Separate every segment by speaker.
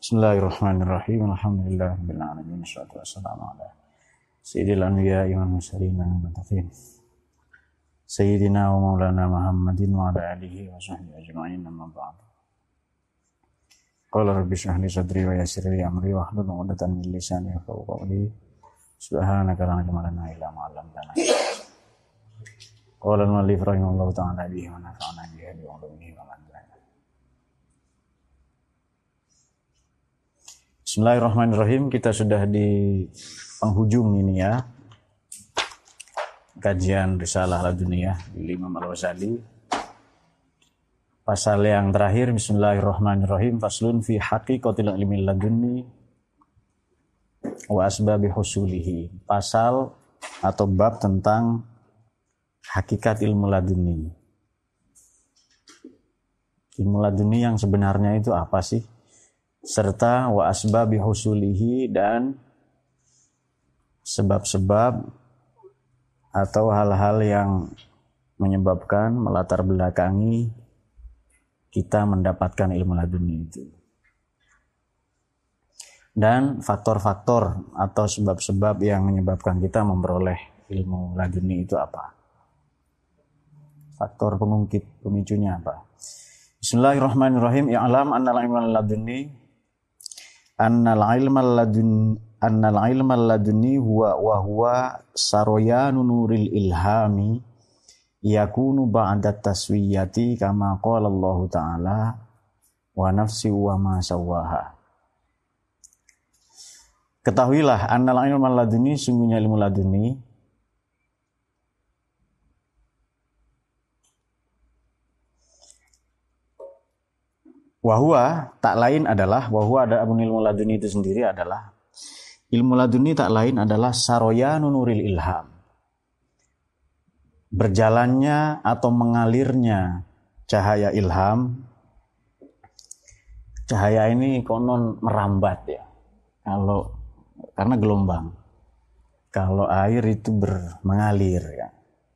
Speaker 1: Bismillahirrahmanirrahim. Alhamdulillahirabbil alamin. Wassalatu wassalamu ala sayyidil anbiya'i wal mursalin wal muttaqin. Sayyidina wa maulana Muhammadin wa ala alihi wa sahbihi ajma'in, amma ba'd. Qala rabbi shrah li sadri wa yassir li amri wa hlul 'uqdatam min lisani yafqahu qawli. Subhanaka la ilma lana illa ma 'allamtana. Qala al-mu'allif rahimahullahu ta'ala bihi wa nafa'ana bihi wa 'ulumihi wa Bismillahirrahmanirrahim. Kita sudah di penghujung ini ya, kajian Risalah Laduniyah Imam Al-Ghazali. Pasal yang terakhir, Bismillahirrahmanirrahim. Faslun fi haqiqatil ilmi ladunni wa asbabi husulihi. Pasal atau bab tentang hakikat ilmu laduni. Ilmu laduni yang sebenarnya itu apa sih? Serta wa asbabi husulihi, dan sebab-sebab atau hal-hal yang menyebabkan, melatar belakangi kita mendapatkan ilmu laduni itu. Dan faktor-faktor atau sebab-sebab yang menyebabkan kita memperoleh ilmu laduni itu apa? Faktor pengungkit, pemicunya apa? Bismillahirrahmanirrahim. I'lam annal ilma laduni huwa saroyanu nuril ilhami yakunu ba'da taswiyati kama qala Allah Ta'ala wa nafsi wa ma sawwaha. Ketahuilah annal ilma laduni, sungguhnya ilmu laduni wahwa tak lain adalah, wahwa ada ilmu laduni itu sendiri adalah, ilmu laduni tak lain adalah saroyanu nuril ilham, berjalannya atau mengalirnya cahaya ilham. Cahaya ini konon merambat ya, karena gelombang. Kalau air itu mengalir ya.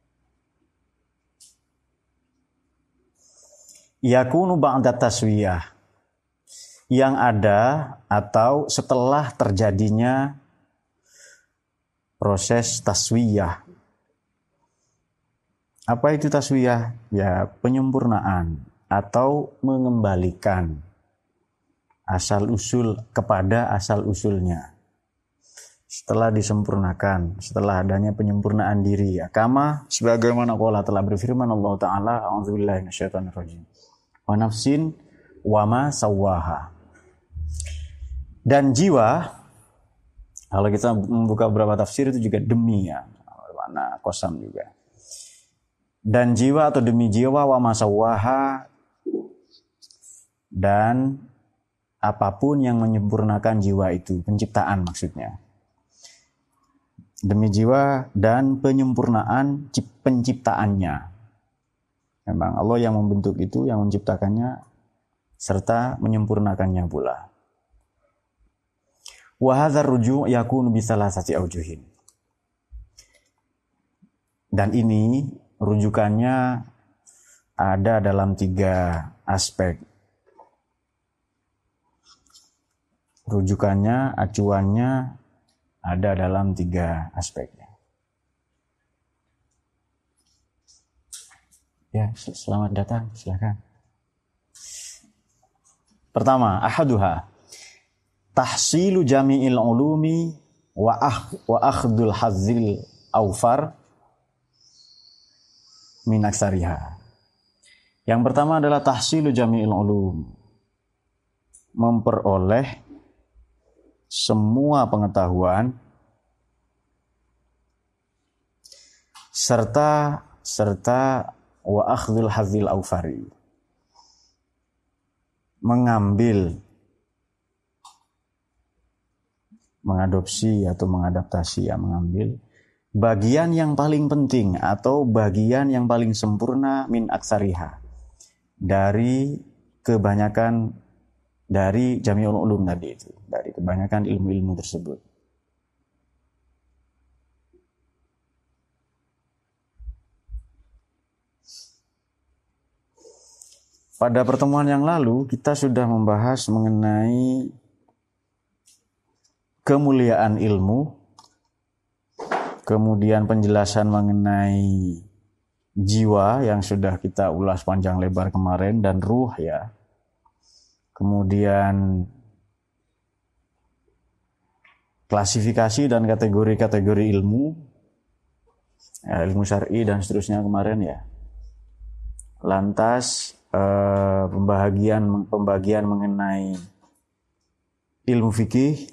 Speaker 1: Yakunu ba'da taswiyah, yang ada atau setelah terjadinya proses taswiyah. Apa itu taswiyah? Ya, penyempurnaan atau mengembalikan asal usul kepada asal usulnya. Setelah disempurnakan, setelah adanya penyempurnaan diri ya. Kama sebagaimana Allah telah berfirman, Allah Ta'ala, a'udzubillahi minasyaitonir rajim. Wa nafsin wa ma sawwaha. Dan jiwa, kalau kita membuka beberapa tafsir itu juga demi ya, makna kosam juga. Dan jiwa atau demi jiwa, wa ma sawwaha, dan apapun yang menyempurnakan jiwa itu, penciptaan maksudnya. Demi jiwa dan penyempurnaan penciptaannya. Memang Allah yang membentuk itu, yang menciptakannya, serta menyempurnakannya pula. Wa hadzal ruju' yakunu bi salasati aujuhin. Dan ini rujukannya ada dalam 3 aspek. Rujukannya, acuannya ada dalam 3 aspeknya. Ya, selamat datang, silakan. Pertama, ahaduha tahsilu jami'il ulumi wa akhdul hazzil awfar min aksariha. Yang pertama adalah tahsilu jami'il ulum, memperoleh semua pengetahuan serta wa akhdhul hadzil awfari, mengadopsi atau mengadaptasi ya, mengambil bagian yang paling penting atau bagian yang paling sempurna min aksariha, dari kebanyakan, dari jami'ul ulum tadi itu, dari kebanyakan ilmu-ilmu tersebut. Pada pertemuan yang lalu kita sudah membahas mengenai kemuliaan ilmu, kemudian penjelasan mengenai jiwa yang sudah kita ulas panjang lebar kemarin, dan ruh ya. Kemudian klasifikasi dan kategori-kategori ilmu, ya, ilmu syar'i dan seterusnya kemarin ya. Lantas pembagian mengenai ilmu fikih,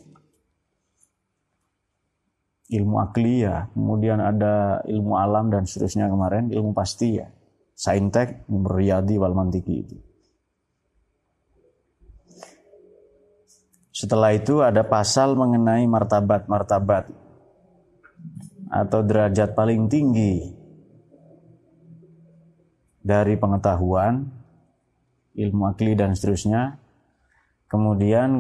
Speaker 1: ilmu akli ya, kemudian ada ilmu alam dan seterusnya kemarin, ilmu pasti ya, saintek, riyadi wal mantiki itu. Setelah itu ada pasal mengenai martabat-martabat atau derajat paling tinggi dari pengetahuan, ilmu akli dan seterusnya. Kemudian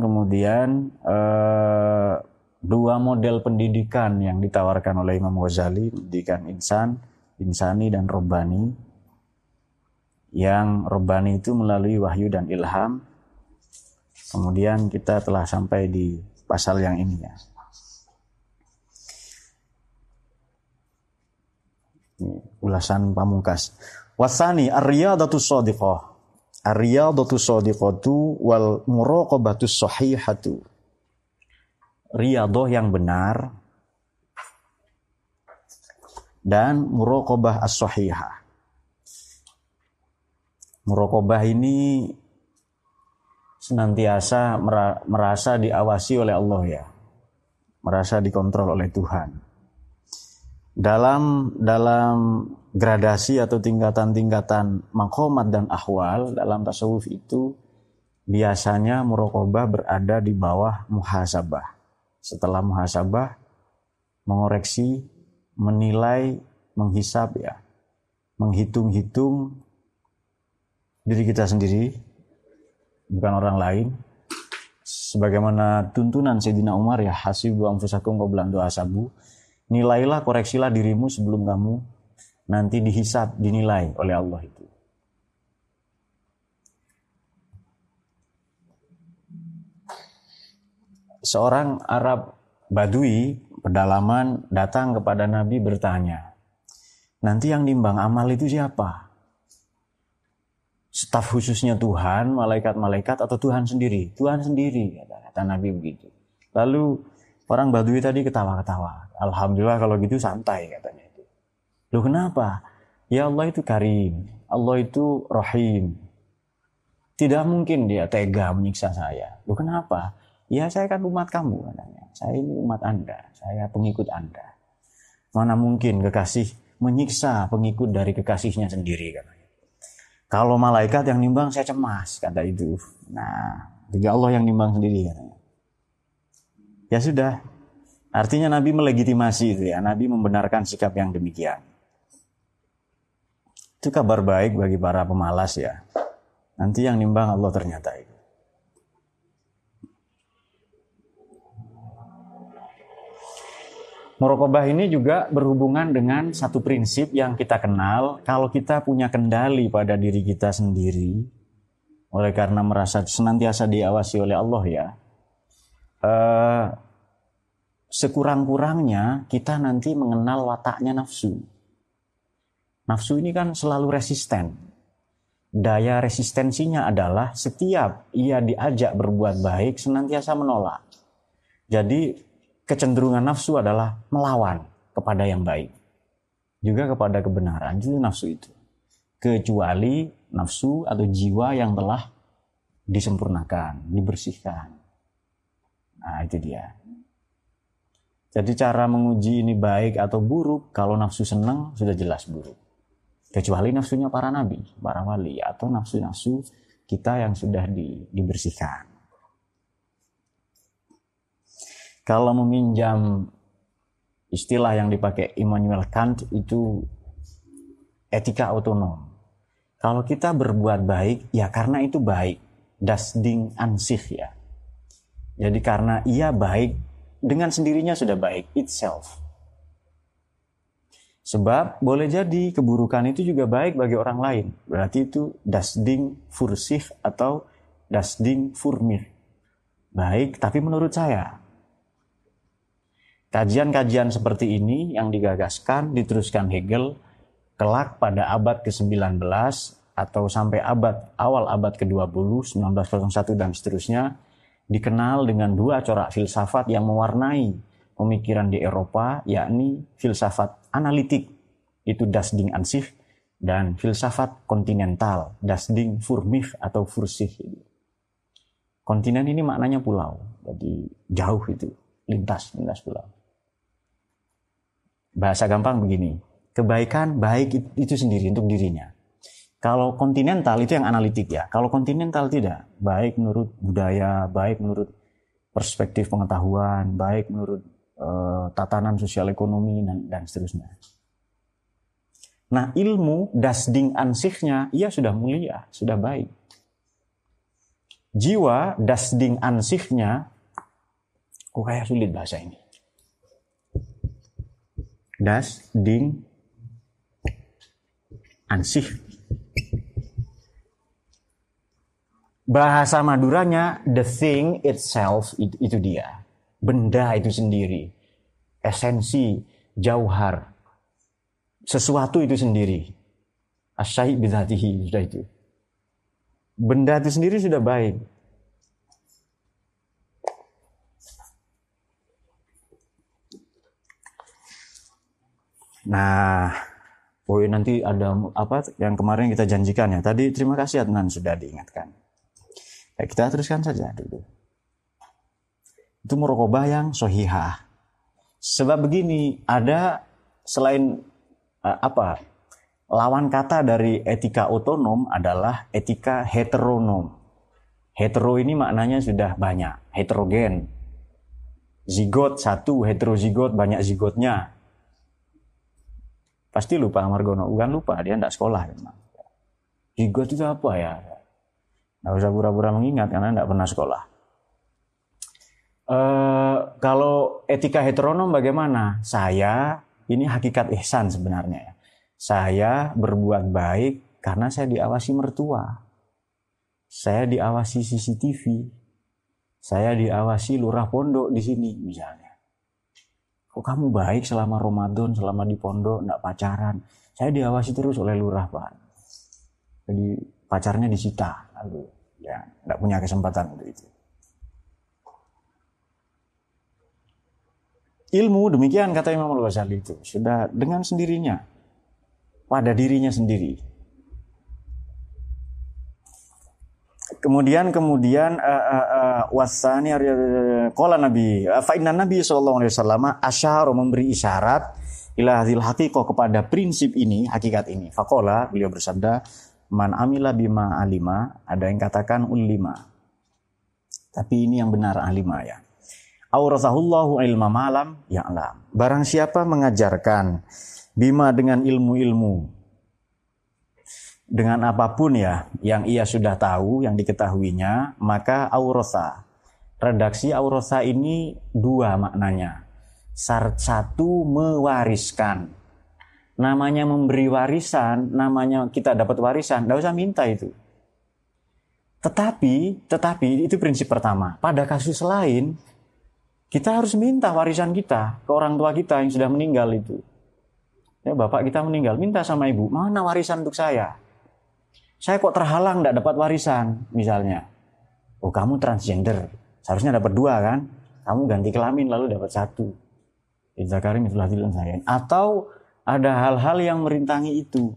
Speaker 1: dua model pendidikan yang ditawarkan oleh Imam Ghazali, pendidikan insani dan robbani. Yang robbani itu melalui wahyu dan ilham. Kemudian kita telah sampai di pasal yang ini ya. Ini ulasan pamungkas. Wasani ar-riyadatus shadiqah. Ar-riyadatus shadiqatu wal muraqabatus shahihatu. Riyadhah yang benar dan muraqabah as-shahihah. Muraqabah ini senantiasa merasa diawasi oleh Allah ya, merasa dikontrol oleh Tuhan. Dalam gradasi atau tingkatan-tingkatan maqamat dan ahwal dalam tasawuf itu biasanya muraqabah berada di bawah muhasabah. Setelah muhasabah, mengoreksi, menilai, menghisab ya, menghitung-hitung diri kita sendiri, bukan orang lain. Sebagaimana tuntunan Sayyidina Umar ya, hasibu anfusakum qabla an tuhasabu. Nilailah, koreksilah dirimu sebelum kamu nanti dihisab, dinilai oleh Allah itu. Seorang Arab Badui pedalaman datang kepada Nabi bertanya, nanti yang nimbang amal itu siapa? Staf khususnya Tuhan, malaikat-malaikat, atau Tuhan sendiri? Tuhan sendiri, kata Nabi begitu. Lalu orang Badui tadi ketawa-ketawa. Alhamdulillah kalau gitu santai katanya itu. Loh kenapa? Ya Allah itu karim, Allah itu rahim. Tidak mungkin dia tega menyiksa saya. Loh kenapa? Ya saya kan umat kamu katanya. Saya ini umat Anda, saya pengikut Anda. Mana mungkin kekasih menyiksa pengikut dari kekasihnya sendiri katanya. Kalau malaikat yang nimbang saya cemas, kata itu. Nah, juga Allah yang nimbang sendiri katanya. Ya sudah, artinya Nabi melegitimasi itu ya. Nabi membenarkan sikap yang demikian. Itu kabar baik bagi para pemalas ya. Nanti yang nimbang Allah ternyata itu. Muraqabah ini juga berhubungan dengan satu prinsip yang kita kenal. Kalau kita punya kendali pada diri kita sendiri, oleh karena merasa senantiasa diawasi oleh Allah ya, sekurang-kurangnya kita nanti mengenal wataknya nafsu. Nafsu ini kan selalu resisten. Daya resistensinya adalah setiap ia diajak berbuat baik senantiasa menolak. Jadi kecenderungan nafsu adalah melawan kepada yang baik, juga kepada kebenaran. Itu nafsu itu. Kecuali nafsu atau jiwa yang telah disempurnakan, dibersihkan. Nah itu dia. Jadi cara menguji ini baik atau buruk, kalau nafsu senang sudah jelas buruk. Kecuali nafsunya para nabi, para wali, atau nafsu-nafsu kita yang sudah dibersihkan. Kalau meminjam istilah yang dipakai Immanuel Kant itu etika otonom. Kalau kita berbuat baik, ya karena itu baik. Das Ding an sich ya. Jadi karena ia baik, dengan sendirinya sudah baik, itself. Sebab boleh jadi keburukan itu juga baik bagi orang lain. Berarti itu das Ding für sich atau das Ding für mich. Baik, tapi menurut saya. Kajian-kajian seperti ini yang digagaskan, diteruskan Hegel, kelak pada abad ke-19 atau sampai awal abad ke-20, 1901 dan seterusnya, dikenal dengan dua corak filsafat yang mewarnai pemikiran di Eropa, yakni filsafat analitik, itu Das Ding an sich, dan filsafat kontinental, Das Ding für mich atau für sich. Kontinen ini maknanya pulau, jadi jauh itu, lintas pulau. Bahasa gampang begini, kebaikan baik itu sendiri untuk dirinya. Kalau kontinental itu yang analitik ya, kalau kontinental tidak, baik menurut budaya, baik menurut perspektif pengetahuan, baik menurut tatanan sosial ekonomi dan seterusnya. Nah, ilmu Das Ding an sich-nya ia sudah mulia, sudah baik. Jiwa Das Ding an sich-nya, kok kayak sulit bahasa ini. Das Ding an sich. Bahasa Maduranya the thing itself, itu dia. Benda itu sendiri. Esensi, jauhar. Sesuatu itu sendiri. Asyai bidzatihi, sudah itu. Benda itu sendiri sudah baik. Nah, nanti ada apa yang kemarin kita janjikan ya. Tadi terima kasih Adnan sudah diingatkan. Ya, kita teruskan saja dulu. Itu muraqabah yang sahihah. Sebab begini, ada selain lawan kata dari etika otonom adalah etika heteronom. Hetero ini maknanya sudah banyak, heterogen. Zigot satu, heterozigot banyak zigotnya. Pasti lupa Margono, bukan lupa, dia tidak sekolah. Zigot itu apa ya? Nggak usah pura-pura mengingat karena tidak pernah sekolah. Kalau etika heteronom bagaimana? Saya, ini hakikat ihsan sebenarnya. Saya berbuat baik karena saya diawasi mertua. Saya diawasi CCTV. Saya diawasi lurah pondok di sini misalnya. Kok kamu baik selama Ramadan, selama di pondok, enggak pacaran. Saya diawasi terus oleh lurah, Pak. Jadi pacarnya disita. Lalu ya enggak punya kesempatan untuk itu. Ilmu demikian kata Imam Al-Ghazali itu. Sudah dengan sendirinya. Pada dirinya sendiri. Kemudian wasani qala Nabi fa inna Nabi sallallahu alaihi wasallam asyara memberi isyarat ila hadzal haqiqah kepada prinsip ini, hakikat ini. Faqala beliau bersabda, man amila bima alima, ada yang katakan ulima. Tapi ini yang benar alima ya. Aurasahullahu ilma malam ya'lam. Barang siapa mengajarkan bima dengan ilmu-ilmu, dengan apapun ya yang ia sudah tahu, yang diketahuinya, maka aurasa. Redaksi aurasa ini dua maknanya. Satu, mewariskan. Namanya memberi warisan, namanya kita dapat warisan, tidak usah minta itu. Tetapi itu prinsip pertama. Pada kasus lain, kita harus minta warisan kita ke orang tua kita yang sudah meninggal itu. Ya, bapak kita meninggal, minta sama ibu, mana warisan untuk saya? Saya kok terhalang tidak dapat warisan, misalnya. Oh, kamu transgender, seharusnya dapat dua kan? Kamu ganti kelamin lalu dapat satu. Idzakari mithlu hadzal unthayain. Atau ada hal-hal yang merintangi itu.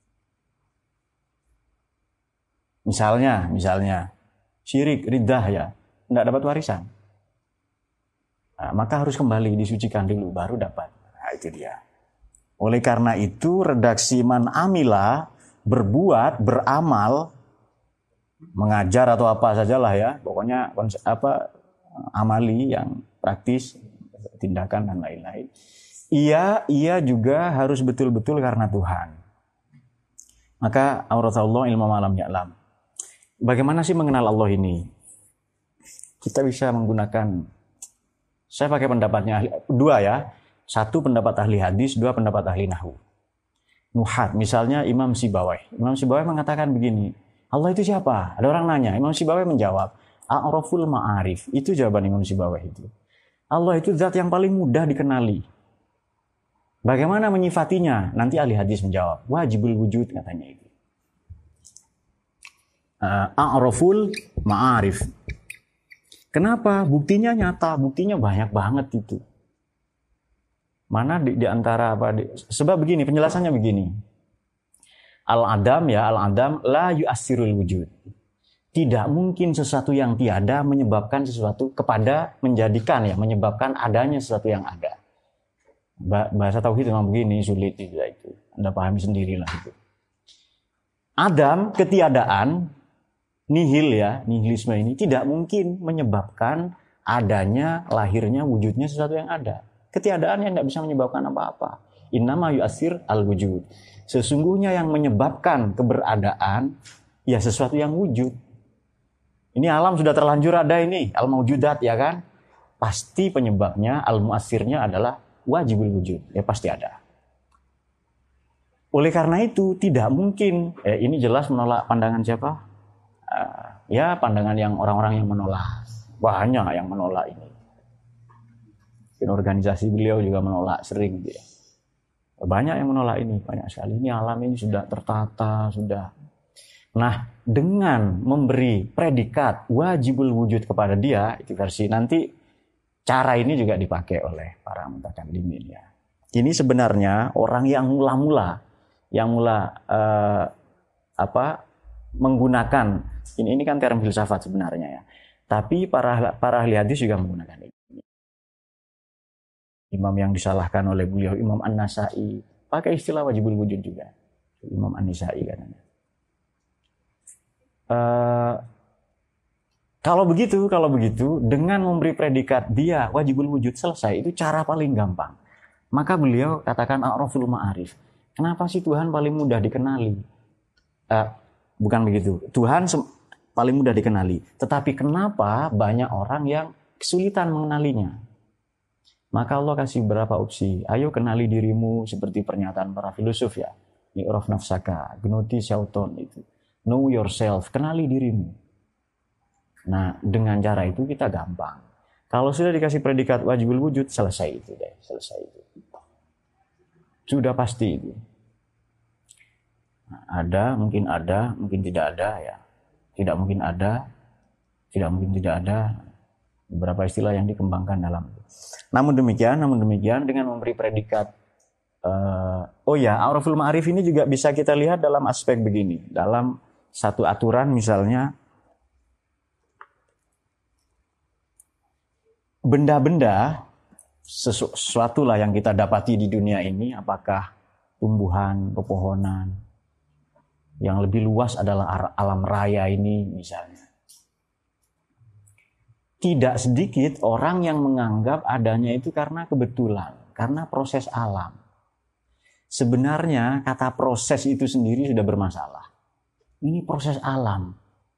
Speaker 1: Misalnya syirik, riddah ya, tidak dapat warisan. Nah, maka harus kembali disucikan dulu, baru dapat. Nah, itu dia. Oleh karena itu, redaksi man amila, berbuat, beramal, mengajar atau apa sajalah ya, pokoknya amali yang praktis, tindakan dan lain-lain. Ia juga harus betul-betul karena Tuhan. Maka auratallah ilmu malam ya'lam. Bagaimana sih mengenal Allah ini? Kita bisa menggunakan, saya pakai pendapatnya dua ya. Satu pendapat ahli hadis, dua pendapat ahli nahwu. Nuhat, misalnya Imam Sibawai. Imam Sibawai mengatakan begini, Allah itu siapa? Ada orang nanya, Imam Sibawai menjawab, A'raful ma'arif. Itu jawaban Imam Sibawai itu. Allah itu zat yang paling mudah dikenali. Bagaimana menyifatinya? Nanti ahli hadis menjawab, wajibul wujud katanya itu. A'raful ma'arif. Kenapa? Buktinya nyata, buktinya banyak banget itu. Mana di antara apa? Sebab begini, penjelasannya begini. Al-adam la yu'assirul wujud. Tidak mungkin sesuatu yang tiada menyebabkan sesuatu kepada menjadikan ya, menyebabkan adanya sesuatu yang ada. Bahasa tauhid memang begini, sulit itu. Anda pahami sendirilah itu. Adam, ketiadaan, nihil ya, nihilisme ini tidak mungkin menyebabkan adanya, lahirnya, wujudnya sesuatu yang ada. Ketiadaan yang tidak bisa menyebabkan apa-apa. Innama yu'assir al-wujud. Sesungguhnya yang menyebabkan keberadaan ya sesuatu yang wujud. Ini alam sudah terlanjur ada ini, al-maujudat ya kan? Pasti penyebabnya, al-mu'assirnya adalah wajibul wujud. Ya pasti ada. Oleh karena itu tidak mungkin, ini jelas menolak pandangan siapa? Ya pandangan yang orang-orang yang menolak. Banyak yang menolak ini. Organisasi beliau juga menolak sering dia. Banyak yang menolak ini, banyak sekali. Ini alam ini sudah tertata, sudah. Nah, dengan memberi predikat wajibul wujud kepada dia, itu versi nanti cara ini juga dipakai oleh para mutakallimin ya. Ini sebenarnya orang yang mula menggunakan ini kan term filsafat sebenarnya ya. Tapi para ahli hadis juga menggunakan ini. Imam yang disalahkan oleh beliau, Imam An-Nasai, pakai istilah wajibul wujud juga. Imam An-Nasai katanya. Kalau begitu, dengan memberi predikat dia wajibul wujud selesai, itu cara paling gampang. Maka beliau katakan a'raful ma'arif. Kenapa sih Tuhan paling mudah dikenali? Bukan begitu. Tuhan paling mudah dikenali. Tetapi kenapa banyak orang yang kesulitan mengenalinya? Maka Allah kasih beberapa opsi. Ayo kenali dirimu seperti pernyataan para filosof ya. I'raf nafsaka, gnoti syaiton itu. Know yourself, kenali dirimu. Nah, dengan cara itu kita gampang. Kalau sudah dikasih predikat wajibul wujud, selesai itu. Sudah pasti itu. Nah, mungkin tidak ada ya. Tidak mungkin ada, tidak ada. Beberapa istilah yang dikembangkan dalam itu. Namun demikian dengan memberi predikat a'raful ma'arif ini juga bisa kita lihat dalam aspek begini. Dalam satu aturan misalnya benda-benda sesuatu lah yang kita dapati di dunia ini, apakah tumbuhan, pepohonan, yang lebih luas adalah alam raya ini misalnya. Tidak sedikit orang yang menganggap adanya itu karena kebetulan, karena proses alam. Sebenarnya kata proses itu sendiri sudah bermasalah. Ini proses alam.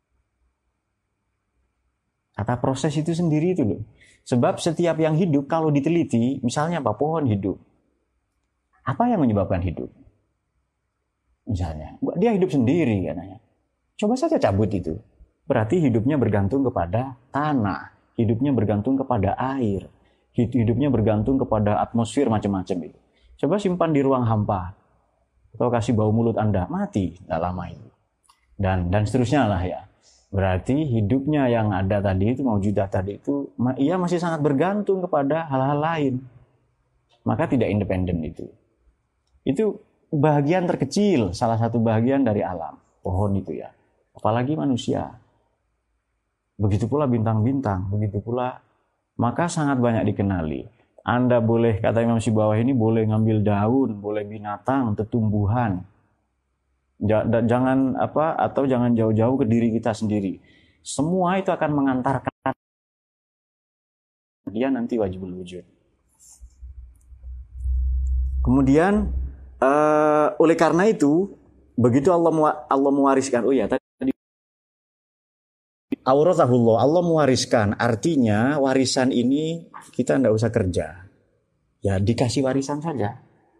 Speaker 1: Kata proses itu sendiri itu loh. Sebab setiap yang hidup kalau diteliti, misalnya apa? Pohon hidup. Apa yang menyebabkan hidup? Misalnya, dia hidup sendiri katanya. Coba saja cabut itu. Berarti hidupnya bergantung kepada tanah, hidupnya bergantung kepada air, hidupnya bergantung kepada atmosfer macam-macam itu. Coba simpan di ruang hampa, atau kasih bau mulut Anda, mati, tidak lama itu. Dan seterusnya lah ya. Berarti hidupnya yang ada tadi itu, maujudah tadi itu, ia masih sangat bergantung kepada hal-hal lain. Maka tidak independen itu. Itu bagian terkecil, salah satu bagian dari alam, pohon itu ya. Apalagi manusia. Begitu pula bintang-bintang, begitu pula. Maka sangat banyak dikenali. Anda boleh, kata Imam Sibawah ini, boleh ngambil daun, boleh binatang, tumbuhan. Jangan jangan jauh-jauh ke diri kita sendiri. Semua itu akan mengantarkan dia nanti wajibul wujud. Kemudian oleh karena itu begitu Allah mewariskan, auratahullah, Allah mewariskan, artinya warisan ini kita tidak usah kerja. Ya dikasih warisan saja.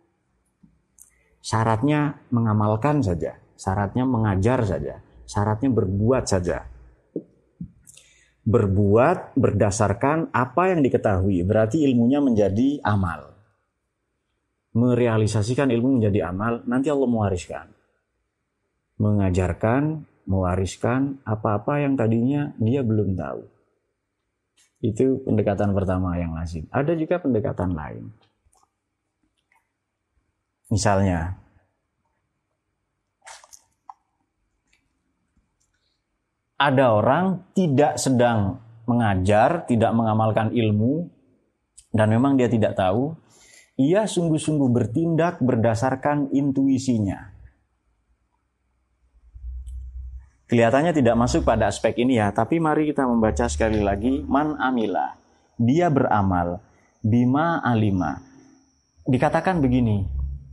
Speaker 1: Syaratnya mengamalkan saja, syaratnya mengajar saja, syaratnya berbuat saja. berbuat berdasarkan apa yang diketahui, berarti ilmunya menjadi amal. Merealisasikan ilmu menjadi amal, nanti Allah mewariskan. Mengajarkan, mewariskan apa-apa yang tadinya dia belum tahu. Itu pendekatan pertama yang lazim. Ada juga pendekatan lain. Misalnya, ada orang tidak sedang mengajar, tidak mengamalkan ilmu, dan memang dia tidak tahu, ia sungguh-sungguh bertindak berdasarkan intuisinya. Kelihatannya tidak masuk pada aspek ini ya, tapi mari kita membaca sekali lagi, man amila, dia beramal, bima alima. Dikatakan begini,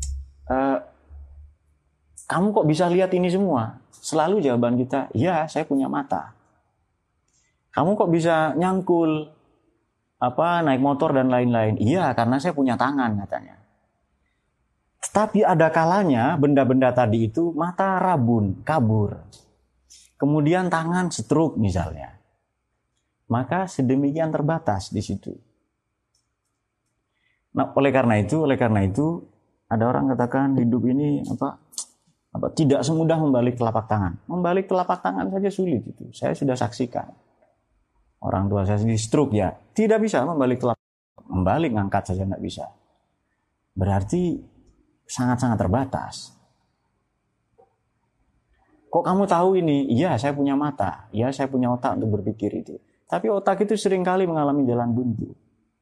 Speaker 1: kamu kok bisa lihat ini semua? Selalu jawaban kita, ya saya punya mata. Kamu kok bisa nyangkul, naik motor dan lain-lain? Iya, karena saya punya tangan katanya. Tetapi ada kalanya benda-benda tadi itu mata rabun, kabur. Kemudian tangan stroke misalnya. Maka sedemikian terbatas di situ. Nah, oleh karena itu ada orang katakan hidup ini tidak semudah membalik telapak tangan. Membalik telapak tangan saja sulit itu. Saya sudah saksikan. Orang tua saya di stroke ya, tidak bisa membalik telapak. Membalik ngangkat saja nggak bisa. Berarti sangat-sangat terbatas. Kok kamu tahu ini? Iya, saya punya mata. Iya, saya punya otak untuk berpikir itu. Tapi otak itu seringkali mengalami jalan buntu.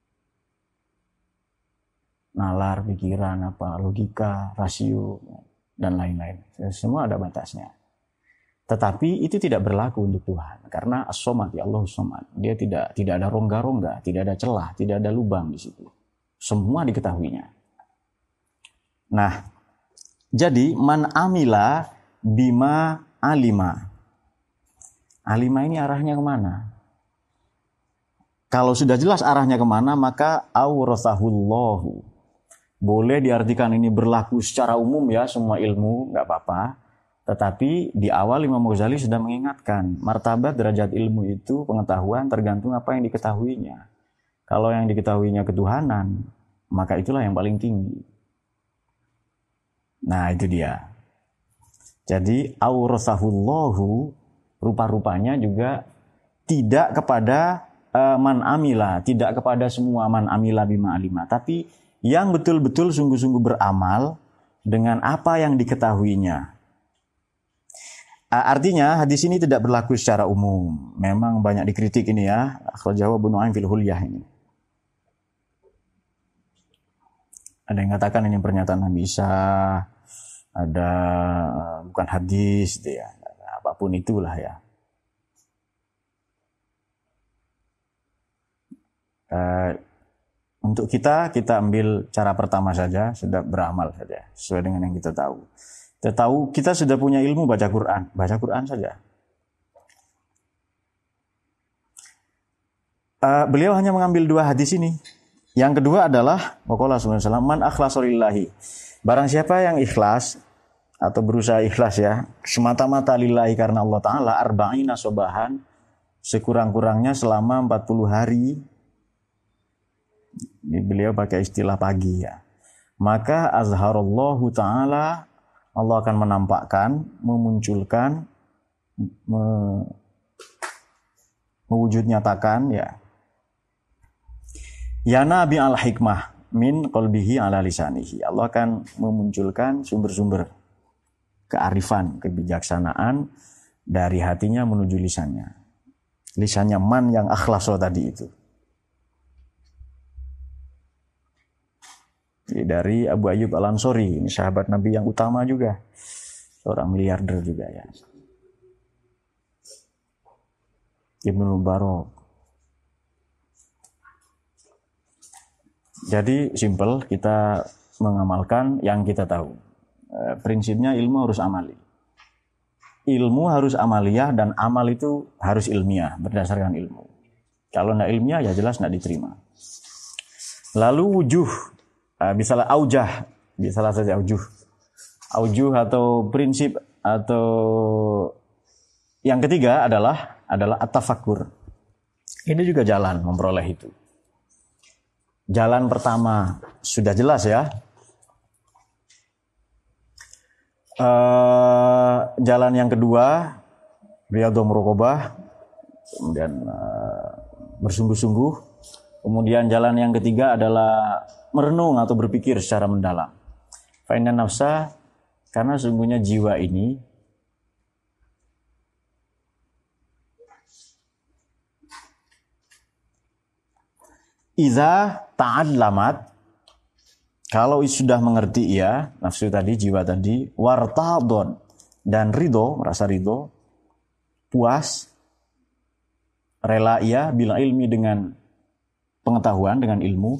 Speaker 1: Nalar, pikiran, logika, rasio, dan lain-lain. Semua ada batasnya. Tetapi itu tidak berlaku untuk Tuhan. Karena as-somad, ya Allah as-somad. Dia tidak ada rongga-rongga, tidak ada celah, tidak ada lubang di situ. Semua diketahuinya. Nah, jadi man amila bima alima. Alima ini arahnya kemana? Kalau sudah jelas arahnya kemana, maka awrathahullahu. Boleh diartikan ini berlaku secara umum ya, semua ilmu, nggak apa-apa. Tetapi di awal Imam Ghazali sudah mengingatkan, martabat derajat ilmu itu pengetahuan tergantung apa yang diketahuinya. Kalau yang diketahuinya ketuhanan, maka itulah yang paling tinggi. Nah itu dia. Jadi awrathahullahu rupa-rupanya juga tidak kepada man amila, tidak kepada semua man amila bima alima, tapi yang betul-betul sungguh-sungguh beramal dengan apa yang diketahuinya. Artinya hadis ini tidak berlaku secara umum. Memang banyak dikritik ini ya. Akhrajahu Ibnu Nu'aim fil Hulyah ini. Ada yang katakan ini pernyataan Nabi Isa, ada bukan hadis, ya. Apapun itulah ya. Untuk kita ambil cara pertama saja, sudah beramal saja sesuai dengan yang kita tahu. Kita sudah punya ilmu baca Quran saja. Beliau hanya mengambil 2 hadis ini. Yang kedua adalah waqala sallallahu alaihi wasallam man akhlasa lillahi. Barang siapa yang ikhlas atau berusaha ikhlas ya, semata-mata lillahi karena Allah taala arba'ina sobahan, sekurang-kurangnya selama 40 hari. Ini beliau pakai istilah pagi ya. Maka azharallahu ta'ala, Allah akan menampakkan, memunculkan, mewujud nyatakan ya. Ya Nabi al-hikmah min qalbihi ala lisanihi. Allah akan memunculkan sumber-sumber kearifan, kebijaksanaan dari hatinya menuju lisannya. Lisannya man yang akhlaso tadi itu. Dari Abu Ayyub Al-Ansori, ini sahabat Nabi yang utama juga, seorang miliarder juga ya. Ibnu Mubarak. Jadi simple, kita mengamalkan yang kita tahu. Prinsipnya ilmu harus amali. Ilmu harus amaliyah dan amal itu harus ilmiah berdasarkan ilmu. Kalau tidak ilmiah ya jelas tidak diterima. Lalu wujuh. Misalnya aujah, bisalah saja aujuh atau prinsip atau yang ketiga adalah at-tafakkur. Ini juga jalan memperoleh itu. Jalan pertama sudah jelas ya. Jalan yang kedua, riyadhah muraqabah, kemudian bersungguh-sungguh. Kemudian jalan yang ketiga adalah merenung atau berpikir secara mendalam. Fa inna nafsa, karena sungguhnya jiwa ini idza ta'allamat, kalau sudah mengerti ia, nafsu tadi, jiwa tadi, wartadon, dan ridho, merasa ridho, puas, rela ia, bila ilmi dengan pengetahuan, dengan ilmu.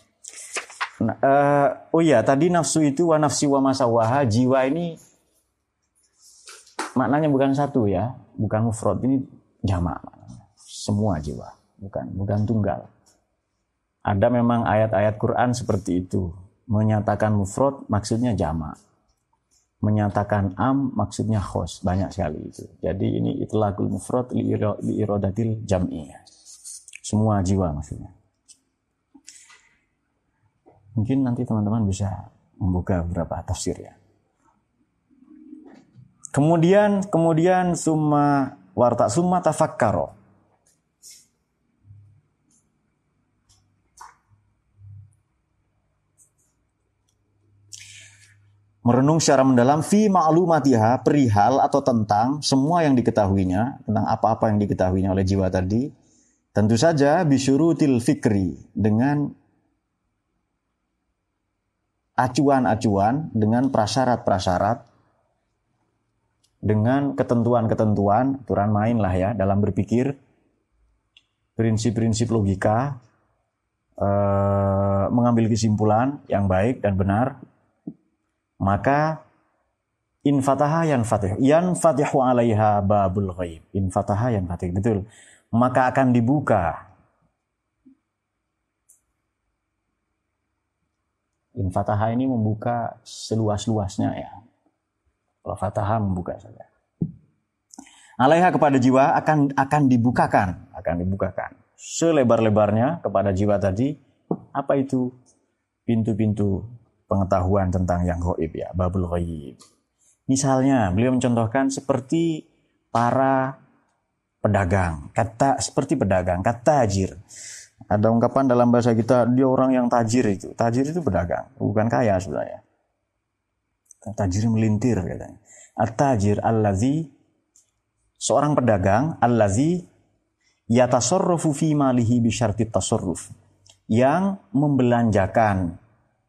Speaker 1: Tadi nafsu itu wa nafsi wa masawaha, jiwa ini maknanya bukan satu ya, bukan mufrad, ini jamak, semua jiwa, bukan tunggal. Ada memang ayat-ayat Quran seperti itu. Menyatakan mufrad maksudnya jamak. Menyatakan am maksudnya khos. Banyak sekali itu. Jadi ini itlaqul mufrad li iradatil jam'i. Semua jiwa maksudnya. Mungkin nanti teman-teman bisa membuka beberapa tafsir ya. Kemudian summa tafakkaro. Merenung secara mendalam fi ma'lumatiha, perihal atau tentang semua yang diketahuinya, tentang apa-apa yang diketahuinya oleh jiwa tadi. Tentu saja bisyurutil fikri, dengan acuan-acuan, dengan prasyarat-prasyarat, dengan ketentuan-ketentuan, aturan main lah ya dalam berpikir, prinsip-prinsip logika, mengambil kesimpulan yang baik dan benar. Maka infataha yanfatihu alaiha babul ghaib. Infataha yanfatih, betul. Maka akan dibuka. Infataha ini membuka seluas-luasnya ya. Kalau fataha membuka saja. Alaiha, kepada jiwa akan dibukakan, selebar-lebarnya kepada jiwa tadi. Apa itu? Pintu-pintu pengetahuan tentang yang ghaib ya, babul ghaib. Misalnya, beliau mencontohkan seperti para pedagang, seperti pedagang, tajir. Ada ungkapan dalam bahasa kita, dia orang yang tajir itu. Tajir itu pedagang, bukan kaya sebenarnya. Tajir melintir katanya. At-tajir allazi, seorang pedagang, allazi yatasarrafu fi malihi bi syartit tasarruf, yang membelanjakan.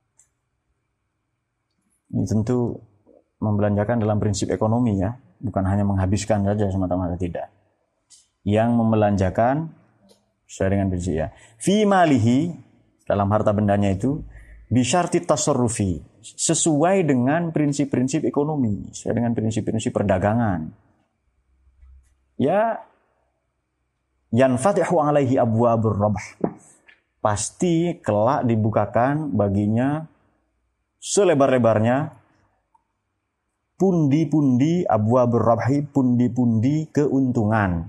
Speaker 1: Ini tentu membelanjakan dalam prinsip ekonomi ya, bukan hanya menghabiskan saja semata-mata, tidak. Yang membelanjakan sesuai dengan prinsip ya. Fi malihi, dalam harta bendanya itu, bisyarti tasarrufi, sesuai dengan prinsip-prinsip ekonomi, sesuai dengan prinsip-prinsip perdagangan. Ya, yanfatihu alaihi abwabur rabh, pasti kelak dibukakan baginya selebar-lebarnya pundi-pundi abwabur rabhi, pundi-pundi keuntungan.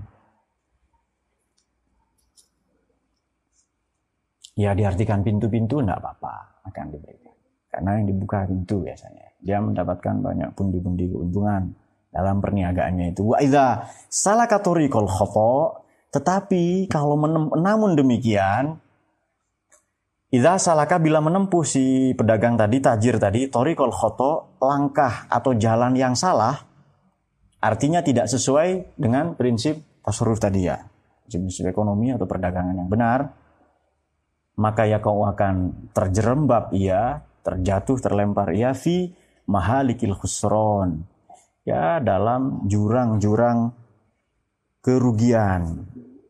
Speaker 1: Ya diartikan pintu-pintu enggak apa-apa, akan diberikan. Karena yang dibuka pintu biasanya, dia mendapatkan banyak pundi-pundi keuntungan dalam perniagaannya itu. Wa idza salaka tariqal khata, tetapi kalau namun demikian, idza salaka, bila menempuh si pedagang tadi, tajir tadi, tariqal khata, langkah atau jalan yang salah, artinya tidak sesuai dengan prinsip tasarruf tadi ya, prinsip ekonomi atau perdagangan yang benar, maka ya kau akan terjerembab ia, terjatuh, terlempar ia fi mahalikil khusron, ya dalam jurang-jurang kerugian.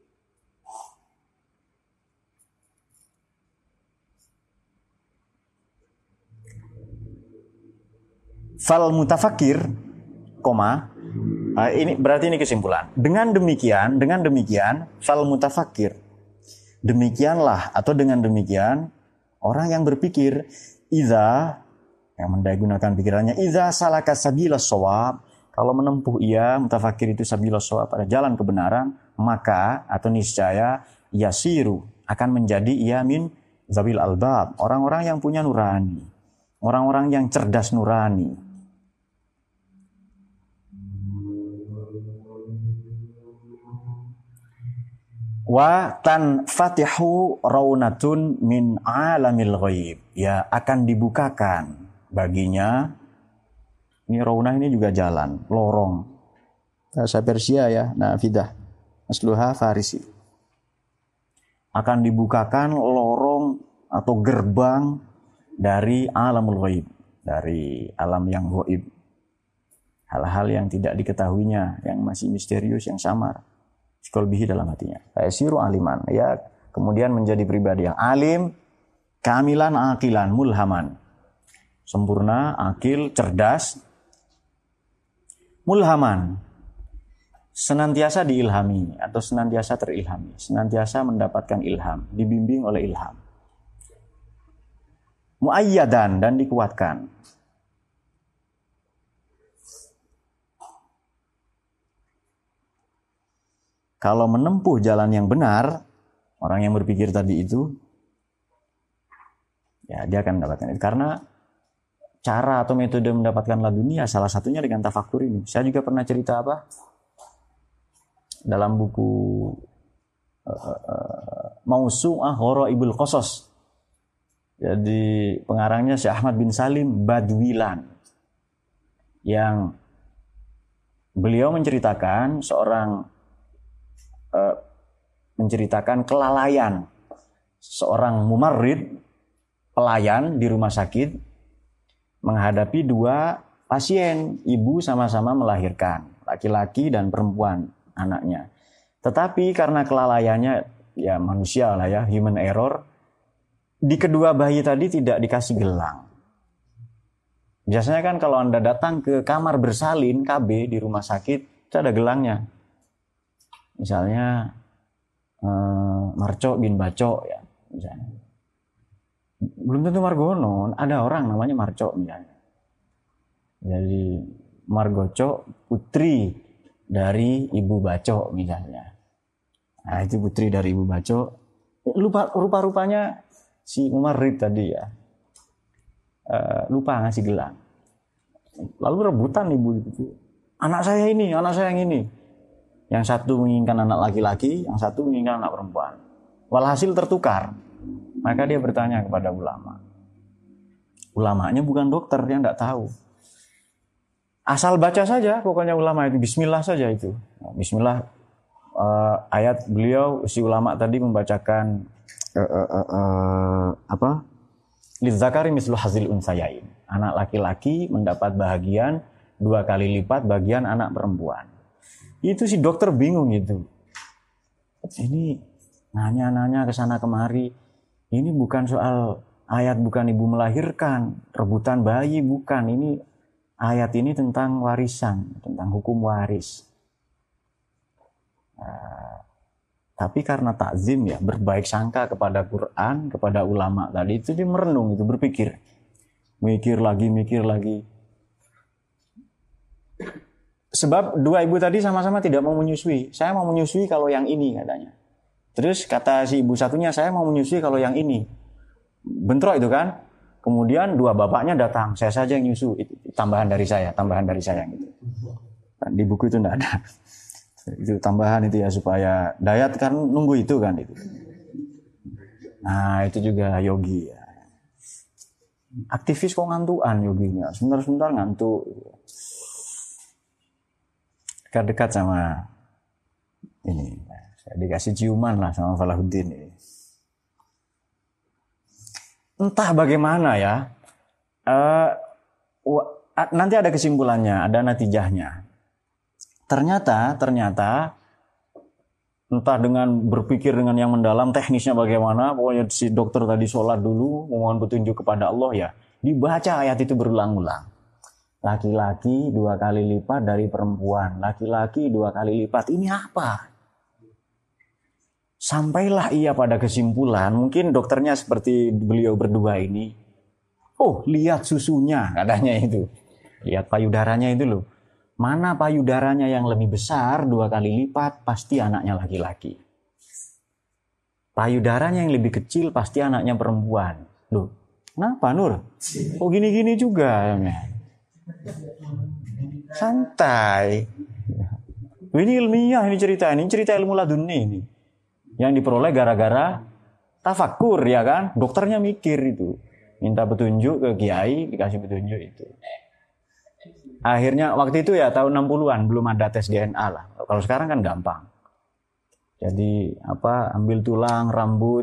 Speaker 1: Fal mutafakir, ini berarti ini kesimpulan. Dengan demikian, fal mutafakir, demikianlah atau dengan demikian orang yang berpikir, idza, yang mendaygunakan pikirannya, idza salaka sabilas shawab, kalau menempuh ia, mutafakir itu sabilas shawab, pada jalan kebenaran, maka atau niscaya yasiru, akan menjadi ia min zawil albab, orang-orang yang punya nurani, orang-orang yang cerdas nurani. Wa tanfatihu raunatun min alamil ghaib, ya akan dibukakan baginya. Ini raunah ini juga jalan, lorong. Bahasa Persia ya, nafidah. Asluha Farisi. Akan dibukakan lorong atau gerbang dari alamul ghaib, dari alam yang ghaib. Hal-hal yang tidak diketahuinya, yang masih misterius, yang samar. Qalbihi dalam hatinya. Fayasiru aliman, ya kemudian menjadi pribadi yang alim, kamilan, akilan, mulhaman. Sempurna, akil, cerdas, mulhaman. Senantiasa diilhami atau senantiasa terilhami, senantiasa mendapatkan ilham, dibimbing oleh ilham. Muayyadan, dan dikuatkan. Kalau menempuh jalan yang benar, orang yang berpikir tadi itu, ya dia akan mendapatkan itu. Karena cara atau metode mendapatkan ladunia salah satunya dengan tafakkur ini. Saya juga pernah cerita dalam buku Mausu'ah Gharaibul Qasas. Jadi pengarangnya Syekh Ahmad bin Salim Badwilan, yang beliau menceritakan menceritakan kelalaian seorang mumarrid, pelayan di rumah sakit, menghadapi dua pasien, ibu sama-sama melahirkan, laki-laki dan perempuan anaknya. Tetapi karena kelalaiannya, ya manusia lah ya, human error, di kedua bayi tadi tidak dikasih gelang. Biasanya kan kalau Anda datang ke kamar bersalin KB di rumah sakit, itu ada gelangnya. Misalnya Marco bin Baco ya, misalnya. Belum tentu Margono, ada orang namanya Marco misalnya. Jadi Margoco putri dari Ibu Baco misalnya. Nah itu putri dari Ibu Baco. Rupa-rupanya si Mumarrid tadi ya, lupa ngasih gelang. Lalu rebutan ibu itu. Anak saya ini, anak saya yang ini. Yang satu menginginkan anak laki-laki, yang satu menginginkan anak perempuan. Walhasil tertukar. Maka dia bertanya kepada ulama. Ulamanya bukan dokter, dia tidak tahu. Asal baca saja, pokoknya ulama itu. Bismillah saja itu. Bismillah, ayat beliau, si ulama tadi membacakan Lidzakari mislu hazil unsayain. Anak laki-laki mendapat bahagian 2 kali lipat bagian anak perempuan. Itu si dokter bingung itu. Ini nanya-nanya ke sana kemari. Ini bukan soal ayat, bukan ibu melahirkan, rebutan bayi, bukan. Ini ayat ini tentang warisan, tentang hukum waris. Tapi karena takzim ya, berbaik sangka kepada Quran, kepada ulama tadi, itu dia merenung, itu berpikir. Mikir lagi. Sebab dua ibu tadi sama-sama tidak mau menyusui. Saya mau menyusui kalau yang ini katanya. Terus kata si ibu satunya, saya mau menyusui kalau yang ini. Bentrok itu kan. Kemudian dua bapaknya datang, saya saja yang nyusu. Itu tambahan dari saya gitu. Di buku itu tidak ada. Itu tambahan itu ya, supaya Dayat kan nunggu itu kan itu. Nah itu juga yogi ya. Aktivis kok ngantuan yoginya. Sebentar ngantuk. Dekat sama ini, saya dikasih ciuman lah sama Falahuddin ini. Entah bagaimana ya, nanti ada kesimpulannya, ada natijahnya. Ternyata entah dengan berpikir dengan yang mendalam, teknisnya bagaimana, pokoknya si dokter tadi sholat dulu, memohon petunjuk kepada Allah ya, dibaca ayat itu berulang-ulang. Laki-laki 2 kali lipat dari perempuan. Laki-laki 2 kali lipat. Ini apa? Sampailah ia pada kesimpulan. Mungkin dokternya seperti beliau berdua ini. Oh, lihat susunya katanya itu. Lihat payudaranya itu loh. Mana payudaranya yang lebih besar 2 kali lipat, pasti anaknya laki-laki. Payudaranya yang lebih kecil pasti anaknya perempuan. Loh, kenapa Nur? Oh gini-gini juga. Santai. Ini ilmiah ini cerita ilmu laduni ini. Yang diperoleh gara-gara tafakur ya kan? Dokternya mikir itu. Minta petunjuk ke kiai, dikasih petunjuk itu. Akhirnya waktu itu ya tahun 60-an belum ada tes DNA lah. Kalau sekarang kan gampang. Jadi ambil tulang, rambut,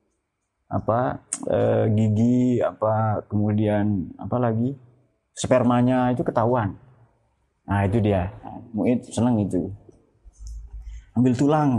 Speaker 1: gigi, kemudian lagi spermanya itu ketahuan. Nah itu dia, Muid seneng itu. Ambil tulang.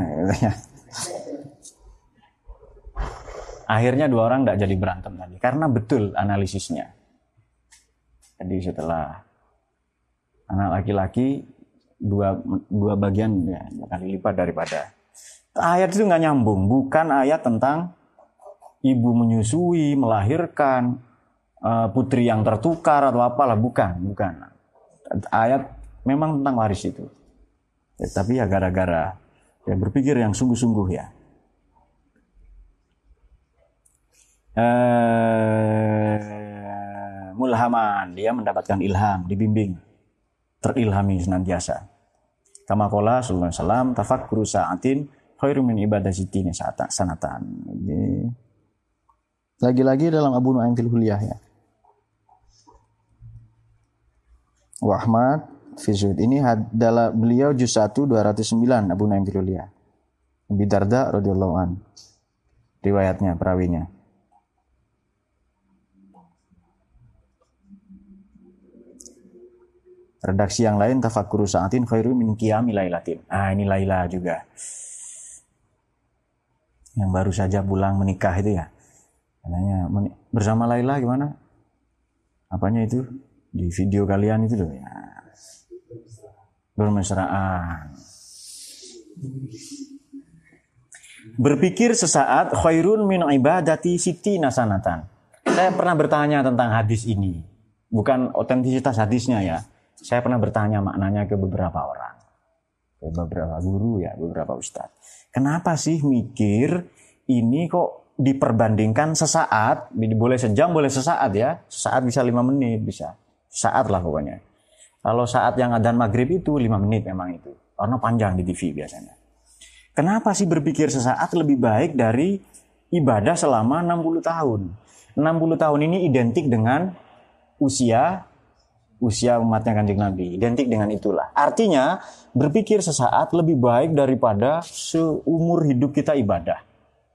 Speaker 1: Akhirnya 2 orang tidak jadi berantem lagi karena betul analisisnya. Jadi setelah anak laki-laki dua bagian ya 2 kali lipat daripada. Ayat itu nggak nyambung, bukan ayat tentang ibu menyusui, melahirkan, putri yang tertukar atau apalah, bukan. Ayat memang tentang waris itu. Ya, tapi ya gara-gara ya berpikir yang sungguh-sungguh ya. Mulhaman, dia mendapatkan ilham, dibimbing, terilhami senantiasa. Kama qala sallallahu alaihi wasallam, tafakkuru sa'atin khairum min ibadati sanatan. Jadi lagi-lagi dalam Abu Nu'aim fil Hulyah ya. Wa Ahmad fi Zuhd. Ini adalah beliau juz 1 209 Abu Nu'aim fil Hulyah. Abi Darda radhiyallahu an. Riwayatnya, perawinya. Redaksi yang lain tafakkuru sa'atin khairum min qiyami lailatin. Ini Laila juga. Yang baru saja pulang menikah itu ya. Katanya bersama Laila gimana? Apanya itu? Di video kalian itu loh ya. Bermesraan. Berpikir sesaat khairun min ibadati sittina sanatan. Saya pernah bertanya tentang hadis ini. Bukan otentisitas hadisnya ya. Saya pernah bertanya maknanya ke beberapa orang. Ke beberapa guru ya, beberapa ustadz. Kenapa sih mikir ini kok diperbandingkan sesaat, boleh sejam, boleh sesaat ya. Sesaat bisa 5 menit, bisa. Saat lah pokoknya. Kalau saat yang adzan maghrib itu 5 menit memang itu. Karena panjang di TV biasanya. Kenapa sih berpikir sesaat lebih baik dari ibadah selama 60 tahun? 60 tahun ini identik dengan usia umatnya Kanjeng Nabi. Identik dengan itulah. Artinya, berpikir sesaat lebih baik daripada seumur hidup kita ibadah.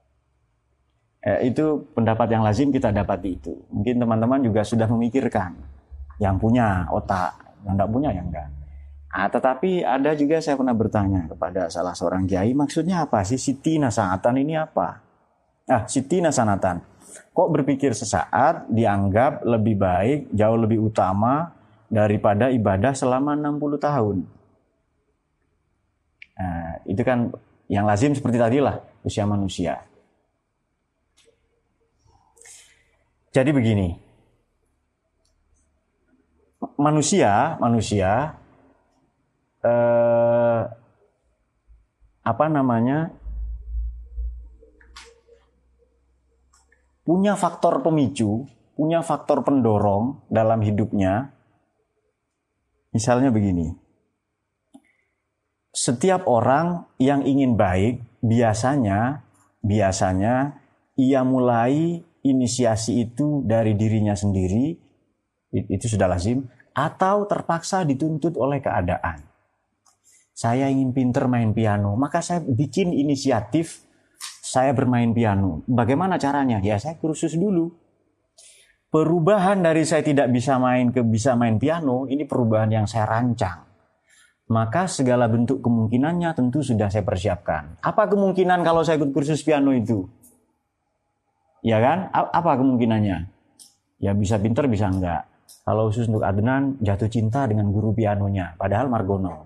Speaker 1: Itu pendapat yang lazim kita dapati itu. Mungkin teman-teman juga sudah memikirkan. Yang punya otak, yang tidak punya yang enggak. Tetapi ada juga saya pernah bertanya kepada salah seorang kiai, maksudnya apa sih sittina sanatan ini apa? Sittina sanatan. Kok berpikir sesaat dianggap lebih baik, jauh lebih utama daripada ibadah selama 60 tahun. Itu kan yang lazim seperti tadilah, usia manusia. Jadi begini, manusia punya faktor pemicu, punya faktor pendorong dalam hidupnya. Misalnya begini, setiap orang yang ingin baik biasanya ia mulai inisiasi itu dari dirinya sendiri, itu sudah lazim, atau terpaksa dituntut oleh keadaan. Saya ingin pinter main piano, maka saya bikin inisiatif, saya bermain piano. Bagaimana caranya? Ya saya kursus dulu. Perubahan dari saya tidak bisa main ke bisa main piano, ini perubahan yang saya rancang. Maka segala bentuk kemungkinannya tentu sudah saya persiapkan. Apa kemungkinan kalau saya ikut kursus piano itu? Ya kan? Apa kemungkinannya? Ya bisa pinter, bisa enggak. Kalau khusus untuk Adnan, jatuh cinta dengan guru pianonya. Padahal Margono.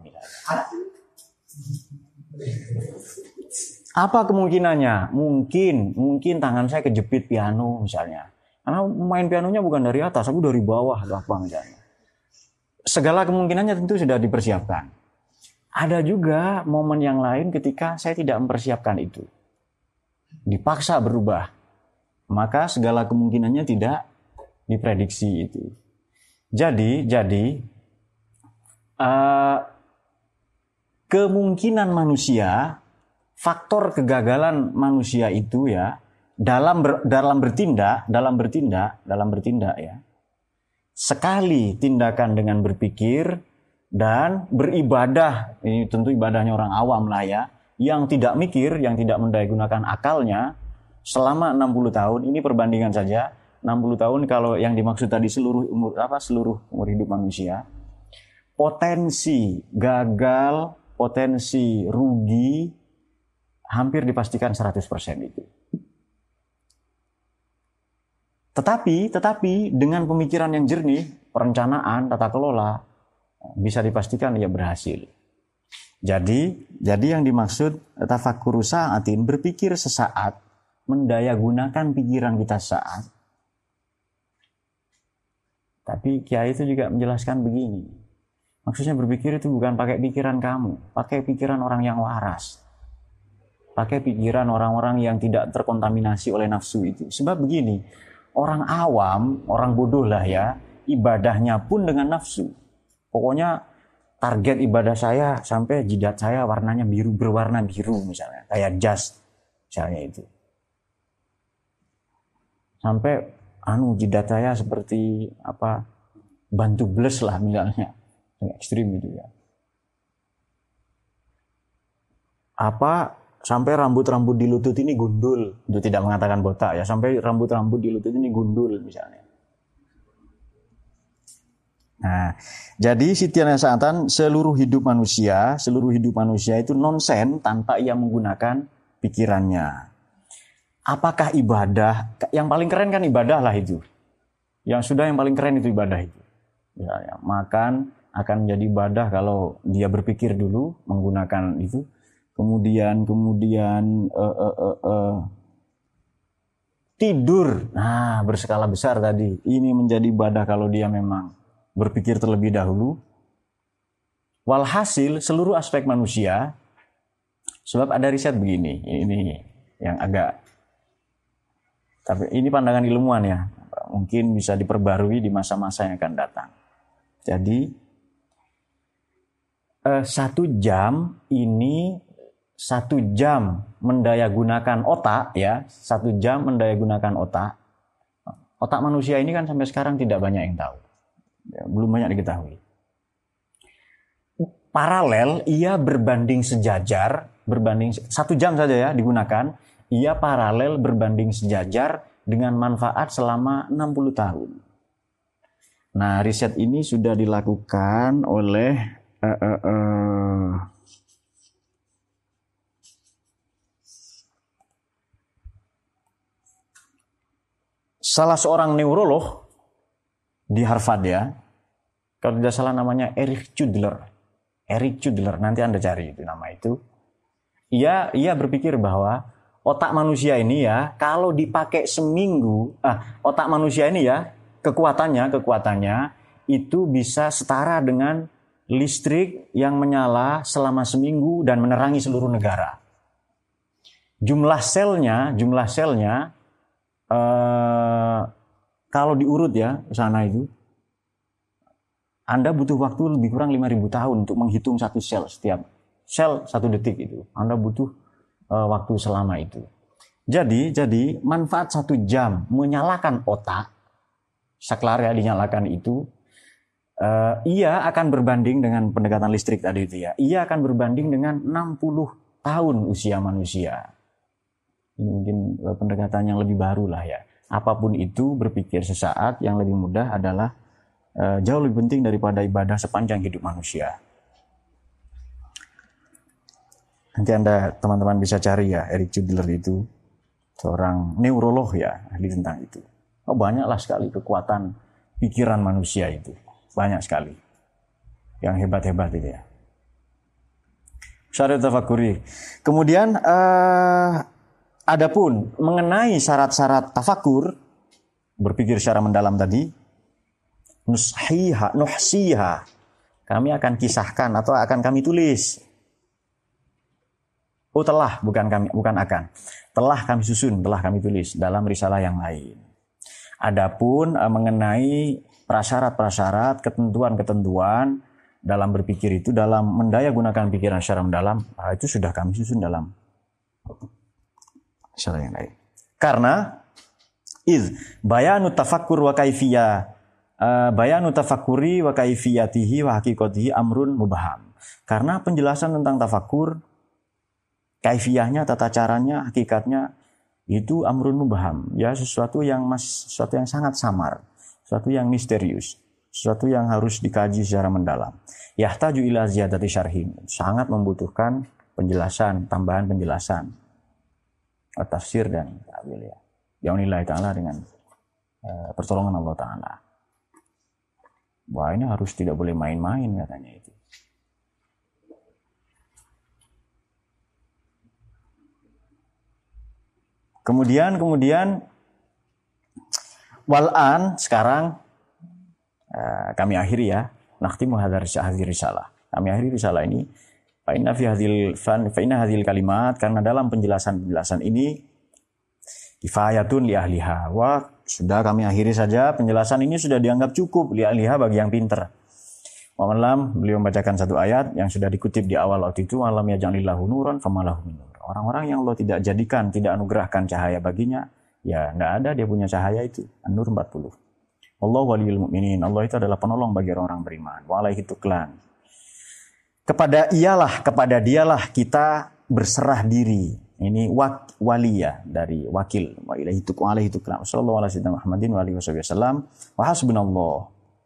Speaker 1: Apa kemungkinannya? Mungkin tangan saya kejepit piano misalnya. Karena main pianonya bukan dari atas, tapi dari bawah atau apa misalnya. Segala kemungkinannya tentu sudah dipersiapkan. Ada juga momen yang lain ketika saya tidak mempersiapkan itu. dipaksa berubah, maka segala kemungkinannya tidak diprediksi itu. Jadi kemungkinan manusia, faktor kegagalan manusia itu ya dalam bertindak ya. Sekali tindakan dengan berpikir dan beribadah, ini tentu ibadahnya orang awam lah ya, yang tidak mikir, yang tidak mendayagunakan akalnya selama 60 tahun, ini perbandingan saja, 60 tahun kalau yang dimaksud tadi seluruh umur hidup manusia, potensi gagal, potensi rugi hampir dipastikan 100% itu. Tetapi dengan pemikiran yang jernih, perencanaan, tata kelola, bisa dipastikan ia berhasil. Jadi yang dimaksud tafakkur sa'atin, berpikir sesaat, mendayagunakan pikiran kita sesaat. Tapi Kiai itu juga menjelaskan begini. Maksudnya berpikir itu bukan pakai pikiran kamu, pakai pikiran orang yang waras. Pakai pikiran orang-orang yang tidak terkontaminasi oleh nafsu itu. Sebab begini, orang awam, orang bodoh lah ya, ibadahnya pun dengan nafsu. Pokoknya target ibadah saya sampai jidat saya warnanya biru, berwarna biru misalnya, kayak jas misalnya itu. Sampai jidat saya seperti ban tubles lah misalnya, ekstrim itu ya. Sampai rambut-rambut di lutut ini gundul, itu tidak mengatakan botak ya, sampai rambut-rambut di lutut ini gundul misalnya. Nah, jadi Sitiana Sa'atan, seluruh hidup manusia itu nonsen tanpa ia menggunakan pikirannya. Apakah ibadah? Yang paling keren kan ibadah lah itu. Yang paling keren itu ibadah itu. Misalnya, makan akan menjadi ibadah kalau dia berpikir dulu menggunakan itu. Kemudian tidur, berskala besar tadi, ini menjadi ibadah kalau dia memang berpikir terlebih dahulu. Walhasil seluruh aspek manusia, sebab ada riset begini, ini yang tapi ini pandangan ilmuwan ya, mungkin bisa diperbarui di masa-masa yang akan datang. Jadi 1 jam mendayagunakan otak ya, 1 jam mendayagunakan otak. Otak manusia ini kan sampai sekarang tidak banyak yang tahu. Ya, belum banyak diketahui. Paralel, ia berbanding sejajar, 1 jam saja ya digunakan, ia paralel berbanding sejajar dengan manfaat selama 60 tahun. Nah, riset ini sudah dilakukan oleh salah seorang neurolog di Harvard ya, kalau tidak salah namanya Eric Chudler, nanti Anda cari itu nama itu. Ia berpikir bahwa otak manusia ini ya, kalau dipakai seminggu, otak manusia ini ya, kekuatannya itu bisa setara dengan listrik yang menyala selama seminggu dan menerangi seluruh negara. Jumlah selnya kalau diurut ya ke sana itu, Anda butuh waktu lebih kurang 5.000 tahun untuk menghitung satu sel, setiap sel 1 detik itu. Anda butuh waktu selama itu. Jadi manfaat 1 jam menyalakan otak, saklar ya dinyalakan itu, ia akan berbanding dengan pendekatan listrik tadi itu ya. Ia akan berbanding dengan 60 tahun usia manusia. Ini mungkin pendekatan yang lebih baru lah ya. Apapun itu, berpikir sesaat yang lebih mudah adalah jauh lebih penting daripada ibadah sepanjang hidup manusia. Nanti Anda teman-teman bisa cari ya, Eric Chudler itu seorang neurolog ya, ahli tentang itu. Banyaklah sekali kekuatan pikiran manusia itu, banyak sekali yang hebat-hebat itu ya. Syarif tafakuri. Kemudian adapun mengenai syarat-syarat tafakur, berpikir secara mendalam tadi, nuhsiha, kami akan kisahkan atau akan kami tulis. Bukan akan. telah kami susun, telah kami tulis dalam risalah yang lain. Adapun mengenai prasyarat-prasyarat, ketentuan-ketentuan dalam berpikir itu, dalam mendaya gunakan pikiran secara mendalam, itu sudah kami susun dalam risalah yang lain. Karena bayanu tafakkur wa kaifiyah, bayanu tafakkuri wa kaifiyatihi wa haqiqatihi amrun mubham. Karena penjelasan tentang tafakur, kaifiyahnya, tata caranya, hakikatnya itu amrun mubham, ya sesuatu yang sangat samar, sesuatu yang misterius, sesuatu yang harus dikaji secara mendalam. Yahtaju ila ziyadati syarhin, sangat membutuhkan penjelasan, tambahan penjelasan, tafsir dan ta'wil ya. Bi'aunillahi ta'ala, dengan pertolongan Allah Ta'ala. Wah, ini harus tidak boleh main-main katanya itu. Kemudian wal'an, sekarang kami akhiri ya. Nakhtimu hadhihi risalah. Kami akhiri risalah ini. Fa inna hadhil kalimat, karena dalam penjelasan ini kifayatun li ahliha. Wah, sudah kami akhiri saja, penjelasan ini sudah dianggap cukup li ahliha, bagi yang pintar. Wa malam, beliau membacakan satu ayat yang sudah dikutip di awal waktu itu, alam yaj'alillahu nuran famalahu min nur. Orang-orang yang Allah tidak jadikan, tidak anugerahkan cahaya baginya, ya enggak ada dia punya cahaya itu. An-Nur 40. Wallahu waliyul mu'minin. Allah itu adalah penolong bagi orang-orang beriman. Wa alaihi tuklan. Kepada dialah kita berserah diri. Ini waliyah dari wakil. Wa alaihi tuklan. Sallallahu alaihi Muhammadin wa alihi wasallam. Wa hasbunallah.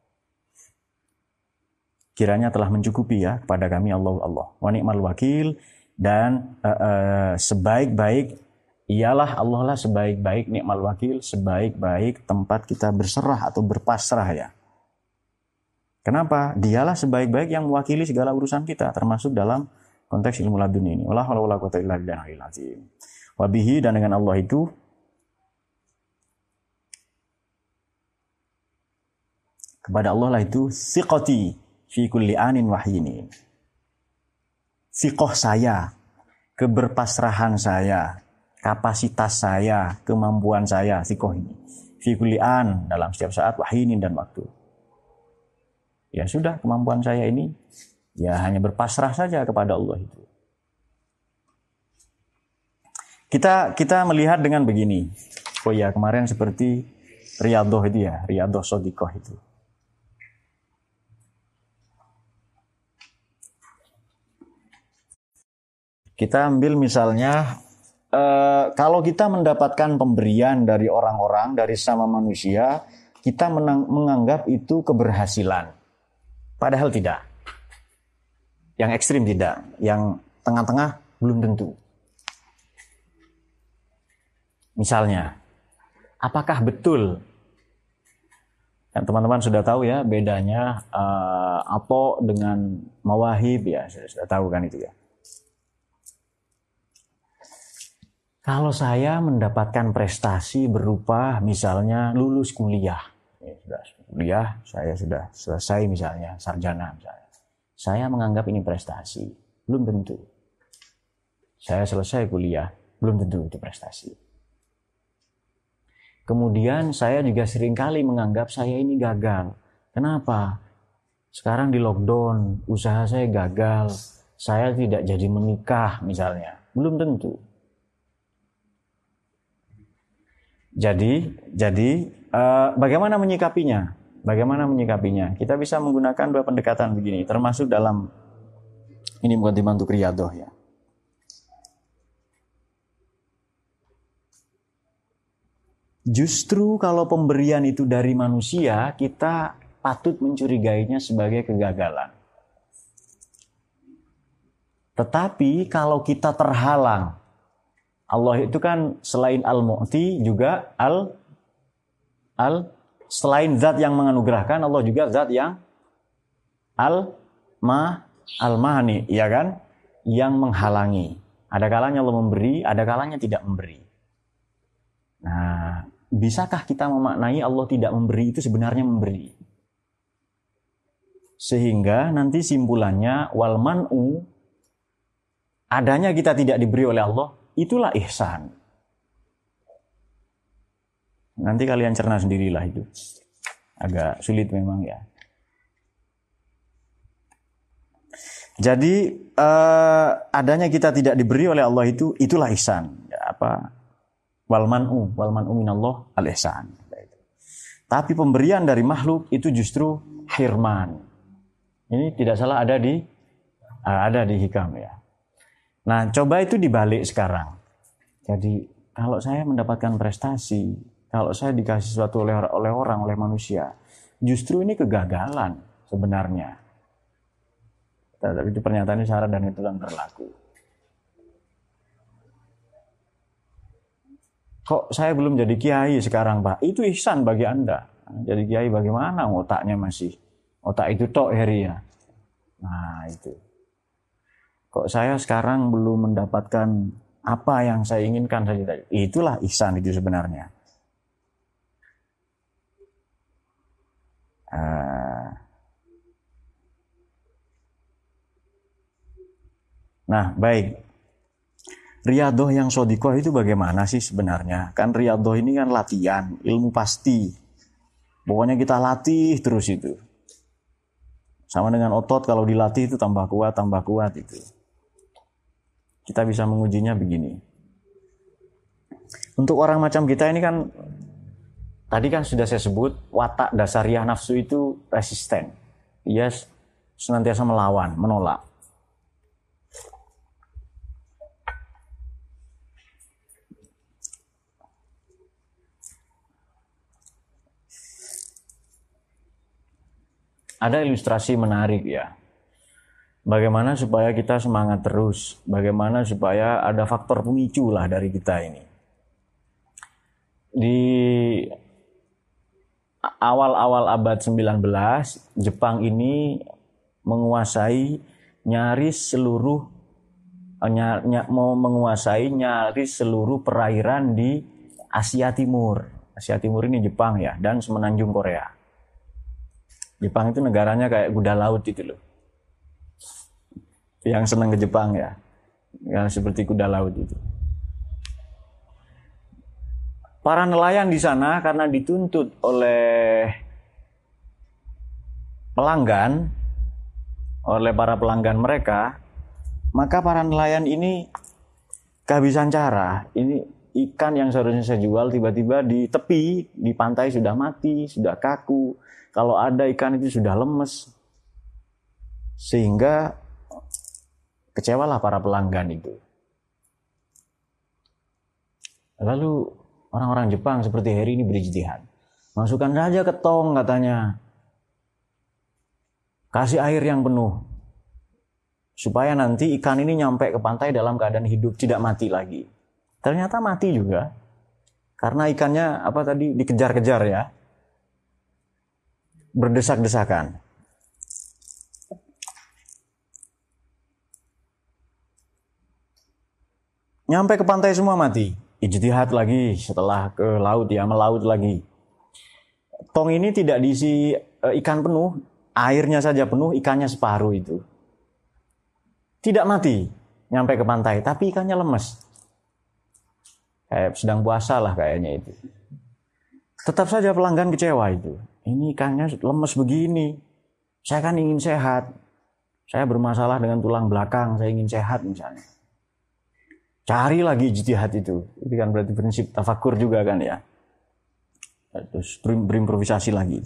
Speaker 1: Kiranya telah mencukupi ya kepada kami Allah. Wa ni'mal wakil. Dan sebaik-baik ialah Allah lah sebaik-baik ni'mal wakil, sebaik-baik tempat kita berserah atau berpasrah ya. Kenapa? Dialah sebaik-baik yang mewakili segala urusan kita, termasuk dalam konteks ilmu ladun ini. Wala haula wala quwwata illa billahil azim. Wa bihi, dan dengan Allah itu kepada Allah lah itu siqati fi kulli anin wahyinin. Siqoh saya, keberpasrahan saya, kapasitas saya, kemampuan saya, siqoh ini. Fi kulli an, dalam setiap saat, wahyinin, dan waktu. Ya sudah, kemampuan saya ini ya hanya berpasrah saja kepada Allah itu. Kita melihat dengan begini. Oh ya, kemarin seperti Riyadhah itu ya, Riyadhah Shodiqah itu. Kita ambil misalnya, kalau kita mendapatkan pemberian dari orang-orang, dari sama manusia, kita menganggap itu keberhasilan. Padahal tidak. Yang ekstrim tidak. Yang tengah-tengah belum tentu. Misalnya, apakah betul? Dan teman-teman sudah tahu ya bedanya ato dengan mawahib ya, sudah tahu kan itu ya. Kalau saya mendapatkan prestasi berupa misalnya lulus kuliah, ya, sudah kuliah, saya sudah selesai misalnya, sarjana misalnya. Saya menganggap ini prestasi, belum tentu. Saya selesai kuliah, belum tentu itu prestasi. Kemudian saya juga seringkali menganggap saya ini gagal. Kenapa? Sekarang di lockdown, usaha saya gagal, saya tidak jadi menikah misalnya, belum tentu. Jadi bagaimana menyikapinya? Bagaimana menyikapinya? Kita bisa menggunakan dua pendekatan begini, termasuk dalam ini bukan dibantu Riyadhah ya. Justru kalau pemberian itu dari manusia, kita patut mencurigainya sebagai kegagalan. Tetapi kalau kita terhalang, Allah itu kan selain Al-Mu'ti juga selain zat yang menganugerahkan, Allah juga zat yang Al-Mani, ya kan? Yang menghalangi. Ada kalanya Allah memberi, ada kalanya tidak memberi. Nah, bisakah kita memaknai Allah tidak memberi itu sebenarnya memberi? Sehingga nanti simpulannya wal man'u, adanya kita tidak diberi oleh Allah, itulah ihsan. Nanti kalian cerna sendirilah itu. Agak sulit memang ya. Jadi adanya kita tidak diberi oleh Allah itulah ihsan. Ya, wal man'u minallah al ihsan. Tapi pemberian dari makhluk itu justru hirman. Ini tidak salah ada di hikam ya. Nah, coba itu dibalik sekarang. Jadi kalau saya mendapatkan prestasi, kalau saya dikasih sesuatu oleh orang, oleh manusia, justru ini kegagalan sebenarnya. Tapi itu pernyataan syarat dan itu yang berlaku. Kok saya belum jadi kiai sekarang, Pak? Itu ihsan bagi Anda. Jadi kiai bagaimana? Otak itu tok Heri ya. Nah itu. Kok saya sekarang belum mendapatkan apa yang saya inginkan saja. Itulah ihsan itu sebenarnya. Nah, baik. Riyadhah yang shodikoh itu bagaimana sih sebenarnya? Kan riyadhah ini kan latihan, ilmu pasti. Pokoknya kita latih terus itu. Sama dengan otot, kalau dilatih itu tambah kuat itu. Kita bisa mengujinya begini. Untuk orang macam kita ini kan, tadi kan sudah saya sebut, watak dasariah nafsu itu resisten. Dia senantiasa melawan, menolak. Ada ilustrasi menarik ya. Bagaimana supaya kita semangat terus. Bagaimana supaya ada faktor pemicu lah dari kita ini. Di awal-awal abad 19, Jepang ini menguasai nyaris seluruh perairan di Asia Timur. Asia Timur ini Jepang ya, dan semenanjung Korea. Jepang itu negaranya kayak kuda laut itu loh. Yang senang ke Jepang ya. Yang seperti kuda laut itu. Para nelayan di sana karena dituntut oleh pelanggan, oleh para pelanggan mereka, maka para nelayan ini kehabisan cara. Ini ikan yang seharusnya saya jual tiba-tiba di tepi, di pantai sudah mati, sudah kaku. Kalau ada ikan itu sudah lemes. Sehingga kecewalah para pelanggan itu. Lalu orang-orang Jepang seperti Heri ini berijtihad. Masukkan saja ke tong katanya. Kasih air yang penuh. Supaya nanti ikan ini nyampe ke pantai dalam keadaan hidup, tidak mati lagi. Ternyata mati juga. Karena ikannya dikejar-kejar ya. Berdesak-desakan. Nyampe ke pantai semua mati. Ijtihad lagi setelah ke laut ya, melaut lagi. Tong ini tidak diisi ikan penuh, airnya saja penuh, ikannya separuh itu. Tidak mati nyampe ke pantai, tapi ikannya lemes. Kayak sedang puasa lah kayaknya itu. Tetap saja pelanggan kecewa itu. Ini ikannya lemes begini. Saya kan ingin sehat. Saya bermasalah dengan tulang belakang. Saya ingin sehat misalnya. Cari lagi ijtihad itu. Itu kan berarti prinsip tafakur juga kan ya. Terus berimprovisasi lagi.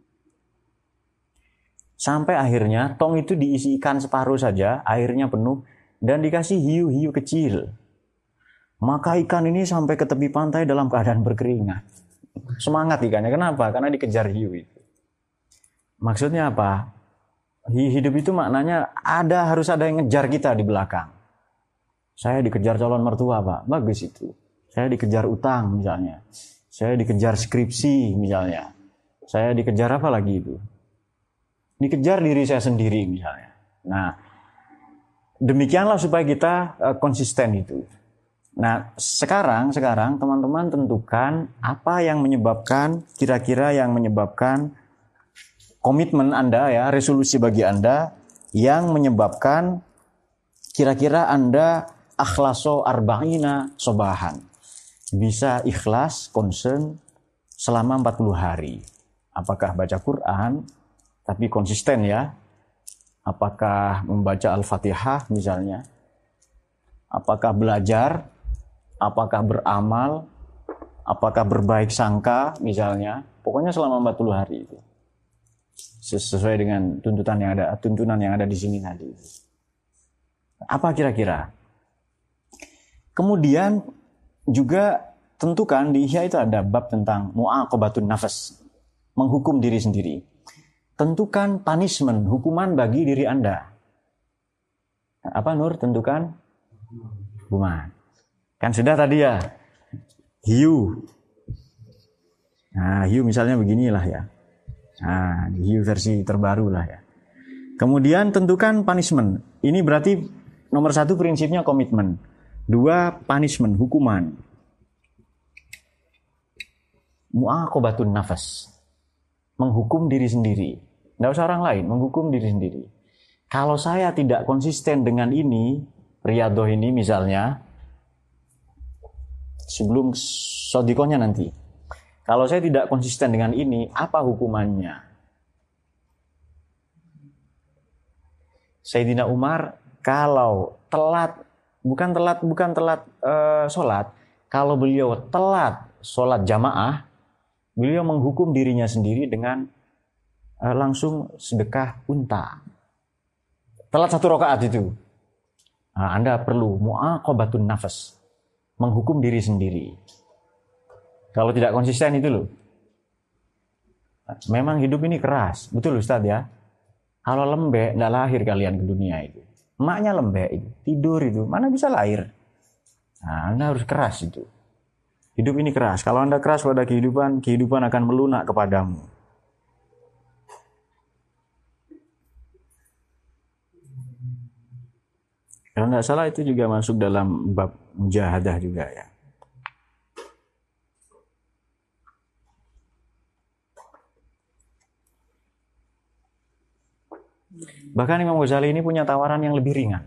Speaker 1: Sampai akhirnya tong itu diisi ikan separuh saja. Airnya penuh. Dan dikasih hiu-hiu kecil. Maka ikan ini sampai ke tepi pantai dalam keadaan berkeringat. Semangat ikannya. Kenapa? Karena dikejar hiu itu. Maksudnya apa? Hidup itu maknanya harus ada yang ngejar kita di belakang. Saya dikejar calon mertua, Pak. Bagus itu. Saya dikejar utang misalnya. Saya dikejar skripsi misalnya. Saya dikejar apa lagi itu? Dikejar diri saya sendiri misalnya. Nah, demikianlah supaya kita konsisten itu. Nah, sekarang teman-teman tentukan apa yang menyebabkan, kira-kira yang menyebabkan komitmen Anda ya, resolusi bagi Anda yang menyebabkan kira-kira Anda akhlaso arba'ina sobahan. Bisa ikhlas, concern selama 40 hari. Apakah baca Quran, tapi konsisten ya. Apakah membaca Al-Fatihah misalnya. Apakah belajar, apakah beramal, apakah berbaik sangka misalnya. Pokoknya selama 40 hari itu. Sesuai dengan tuntunan yang ada di sini tadi. Apa kira-kira? Kemudian juga tentukan di Ihya itu ada bab tentang mu'aqabatun nafas, menghukum diri sendiri. Tentukan punishment, hukuman bagi diri Anda. Apa Nur? Tentukan hukuman. Kan sudah tadi ya. Hiu. Nah, hiu misalnya beginilah ya. Nah, hiu versi terbaru lah ya. Kemudian tentukan punishment. Ini berarti nomor 1 prinsipnya komitmen. 2 punishment, hukuman. Mu'aqabatun nafas. Menghukum diri sendiri. Tidak usah orang lain, menghukum diri sendiri. Kalau saya tidak konsisten dengan ini, riyadhah ini misalnya, sebelum sodikohnya nanti. Kalau saya tidak konsisten dengan ini, apa hukumannya? Sayyidina Umar, kalau telat, bukan telat sholat, kalau beliau telat sholat jamaah, beliau menghukum dirinya sendiri dengan langsung sedekah unta. Telat 1 rakaat itu. Nah, Anda perlu mu'aqabatun nafas, menghukum diri sendiri. Kalau tidak konsisten itu loh. Memang hidup ini keras, betul Ustadz ya. Kalau lembek, tidak lahir kalian ke dunia itu. Emaknya lembek itu, tidur itu, mana bisa lahir? Nah, Anda harus keras itu. Hidup ini keras. Kalau Anda keras pada kehidupan akan melunak kepadamu. Kalau tidak salah itu juga masuk dalam bab mujahadah juga ya. Bahkan Imam Ghazali ini punya tawaran yang lebih ringan.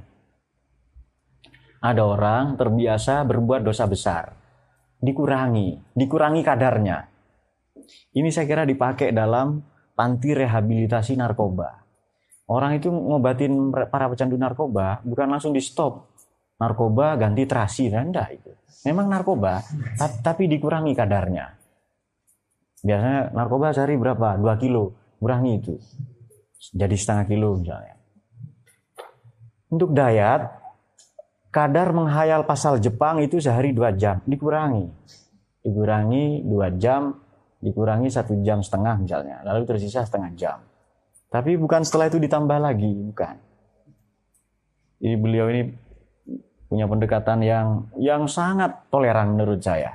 Speaker 1: Ada orang terbiasa berbuat dosa besar. Dikurangi kadarnya. Ini saya kira dipakai dalam panti rehabilitasi narkoba. Orang itu ngobatin para pecandu narkoba bukan langsung di stop. Narkoba ganti terasi, enggak itu. Memang narkoba, tapi dikurangi kadarnya. Biasanya narkoba sehari berapa? 2 kilo, kurangi itu. Jadi 1/2 kilo misalnya. Untuk diet, kadar menghayal pasal Jepang itu sehari 2 jam, dikurangi 2 jam, dikurangi 1,5 jam misalnya, lalu tersisa 1/2 jam. Tapi bukan setelah itu ditambah lagi, bukan. Jadi beliau ini punya pendekatan yang sangat toleran menurut saya.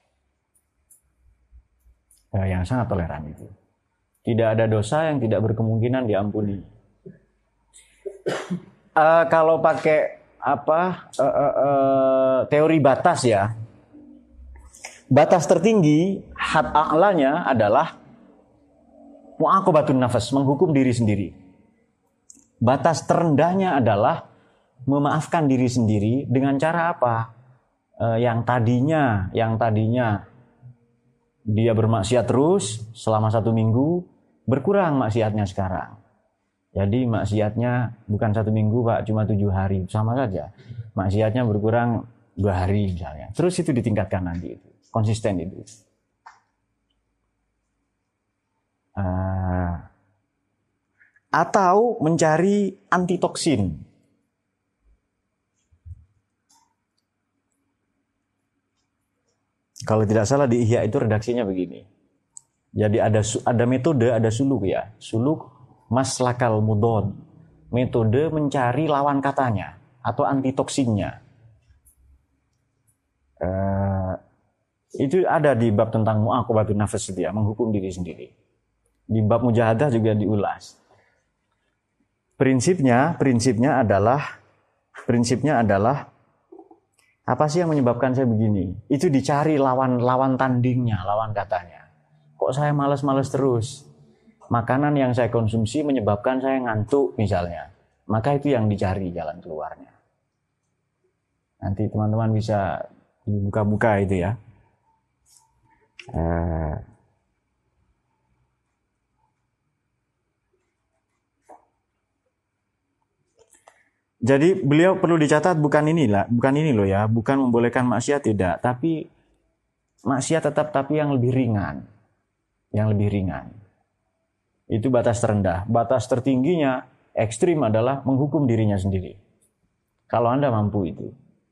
Speaker 1: Yang sangat toleran itu. Tidak ada dosa yang tidak berkemungkinan diampuni. Kalau pakai teori batas ya, batas tertinggi had a'lanya adalah mu'aqabatun nafas, menghukum diri sendiri. Batas terendahnya adalah memaafkan diri sendiri dengan cara apa? Yang tadinya dia bermaksiat terus selama 1 minggu, berkurang maksiatnya sekarang. Jadi maksiatnya bukan 1 minggu Pak, cuma 7 hari, sama saja. Maksiatnya berkurang 2 hari misalnya. Terus itu ditingkatkan nanti itu, konsisten itu. Atau mencari antitoksin. Kalau tidak salah di Ihya itu redaksinya begini. Jadi ada metode, ada suluk ya. Suluk maslakal mudon. Metode mencari lawan katanya atau antitoksinnya. Itu ada di bab tentang mu'aqabatun nafas itu ya, menghukum diri sendiri. Di bab mujahadah juga diulas. Prinsipnya adalah apa sih yang menyebabkan saya begini? Itu dicari lawan tandingnya, lawan katanya. Kok saya malas-malas terus? Makanan yang saya konsumsi menyebabkan saya ngantuk misalnya. Maka itu yang dicari jalan keluarnya. Nanti teman-teman bisa dibuka-buka itu ya. Jadi beliau perlu dicatat bukan ini loh ya, bukan membolehkan maksiat tidak, tapi maksiat tetap tapi yang lebih ringan. Yang lebih ringan. Itu batas terendah. Batas tertingginya ekstrim adalah menghukum dirinya sendiri. Kalau Anda mampu itu.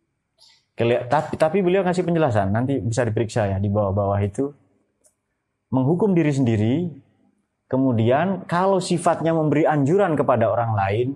Speaker 1: Tapi beliau kasih penjelasan, nanti bisa diperiksa ya di bawah-bawah itu. Menghukum diri sendiri, kemudian kalau sifatnya memberi anjuran kepada orang lain,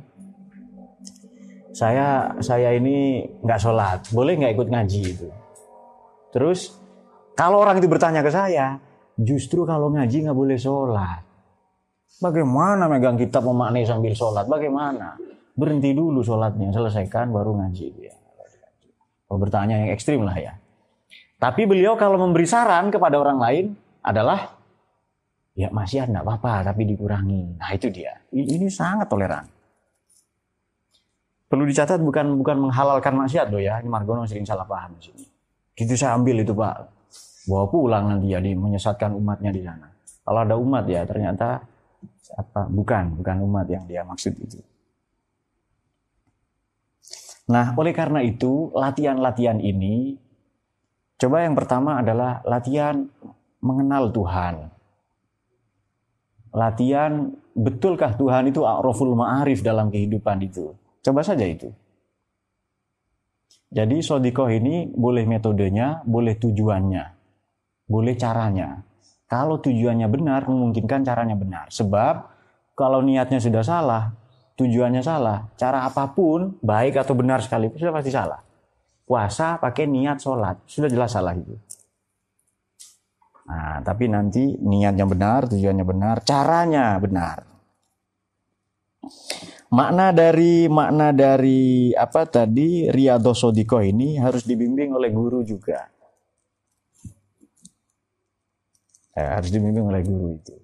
Speaker 1: saya ini nggak sholat, boleh nggak ikut ngaji itu. Terus kalau orang itu bertanya ke saya, justru kalau ngaji nggak boleh sholat. Bagaimana megang kitab memaknai sambil sholat? Bagaimana? Berhenti dulu sholatnya, selesaikan baru ngaji. Ya. Kalau bertanya yang ekstrim lah ya. Tapi beliau kalau memberi saran kepada orang lain adalah, ya maksiat nggak apa-apa, tapi dikurangi. Nah itu dia. Ini sangat toleran. Perlu dicatat bukan menghalalkan maksiat loh ya. Ini Margono sering salah paham di sini. Gitu saya ambil itu Pak. Bawa pulang nanti ya, menyesatkan umatnya di sana. Kalau ada umat ya ternyata bukan umat yang dia maksud itu. Nah, oleh karena itu latihan-latihan ini, coba yang pertama adalah latihan mengenal Tuhan. Latihan betulkah Tuhan itu a'raful ma'arif dalam kehidupan itu. Coba saja itu. Jadi shodiqoh ini boleh metodenya, boleh tujuannya, boleh caranya. Kalau tujuannya benar, memungkinkan caranya benar. Sebab kalau niatnya sudah salah, tujuannya salah, cara apapun, baik atau benar sekalipun, sudah pasti salah. Puasa pakai niat sholat, sudah jelas salah itu. Nah, tapi nanti niatnya benar, tujuannya benar, caranya benar. Makna dari apa tadi Riyadhos Shodiqoh ini harus dibimbing oleh guru juga. Harus dibimbing oleh guru itu.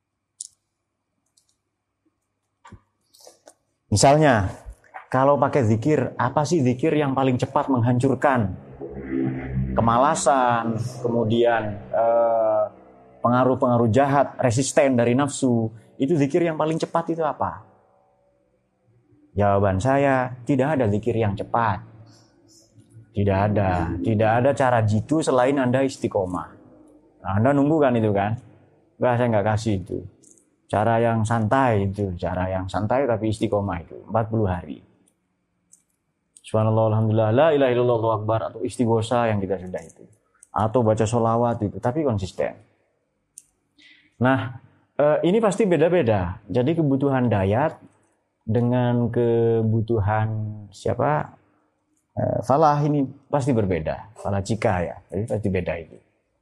Speaker 1: Misalnya, kalau pakai zikir, apa sih zikir yang paling cepat menghancurkan kemalasan, kemudian pengaruh-pengaruh jahat, resisten dari nafsu? Itu zikir yang paling cepat itu apa? Jawaban saya, tidak ada zikir yang cepat. Tidak ada cara jitu selain Anda istiqomah. Nah, Anda nunggu kan itu kan? Enggak, saya nggak kasih itu. Cara yang santai tapi istiqomah itu 40 hari. Subhanallah, alhamdulillah, la ilaha illallah, Allahu akbar, atau istighosa yang kita sudah itu. Atau baca sholawat itu, tapi konsisten. Nah, ini pasti beda-beda. Jadi kebutuhan Dayat dengan kebutuhan siapa? Falah ini pasti berbeda. Falah Cika ya, jadi pasti beda itu.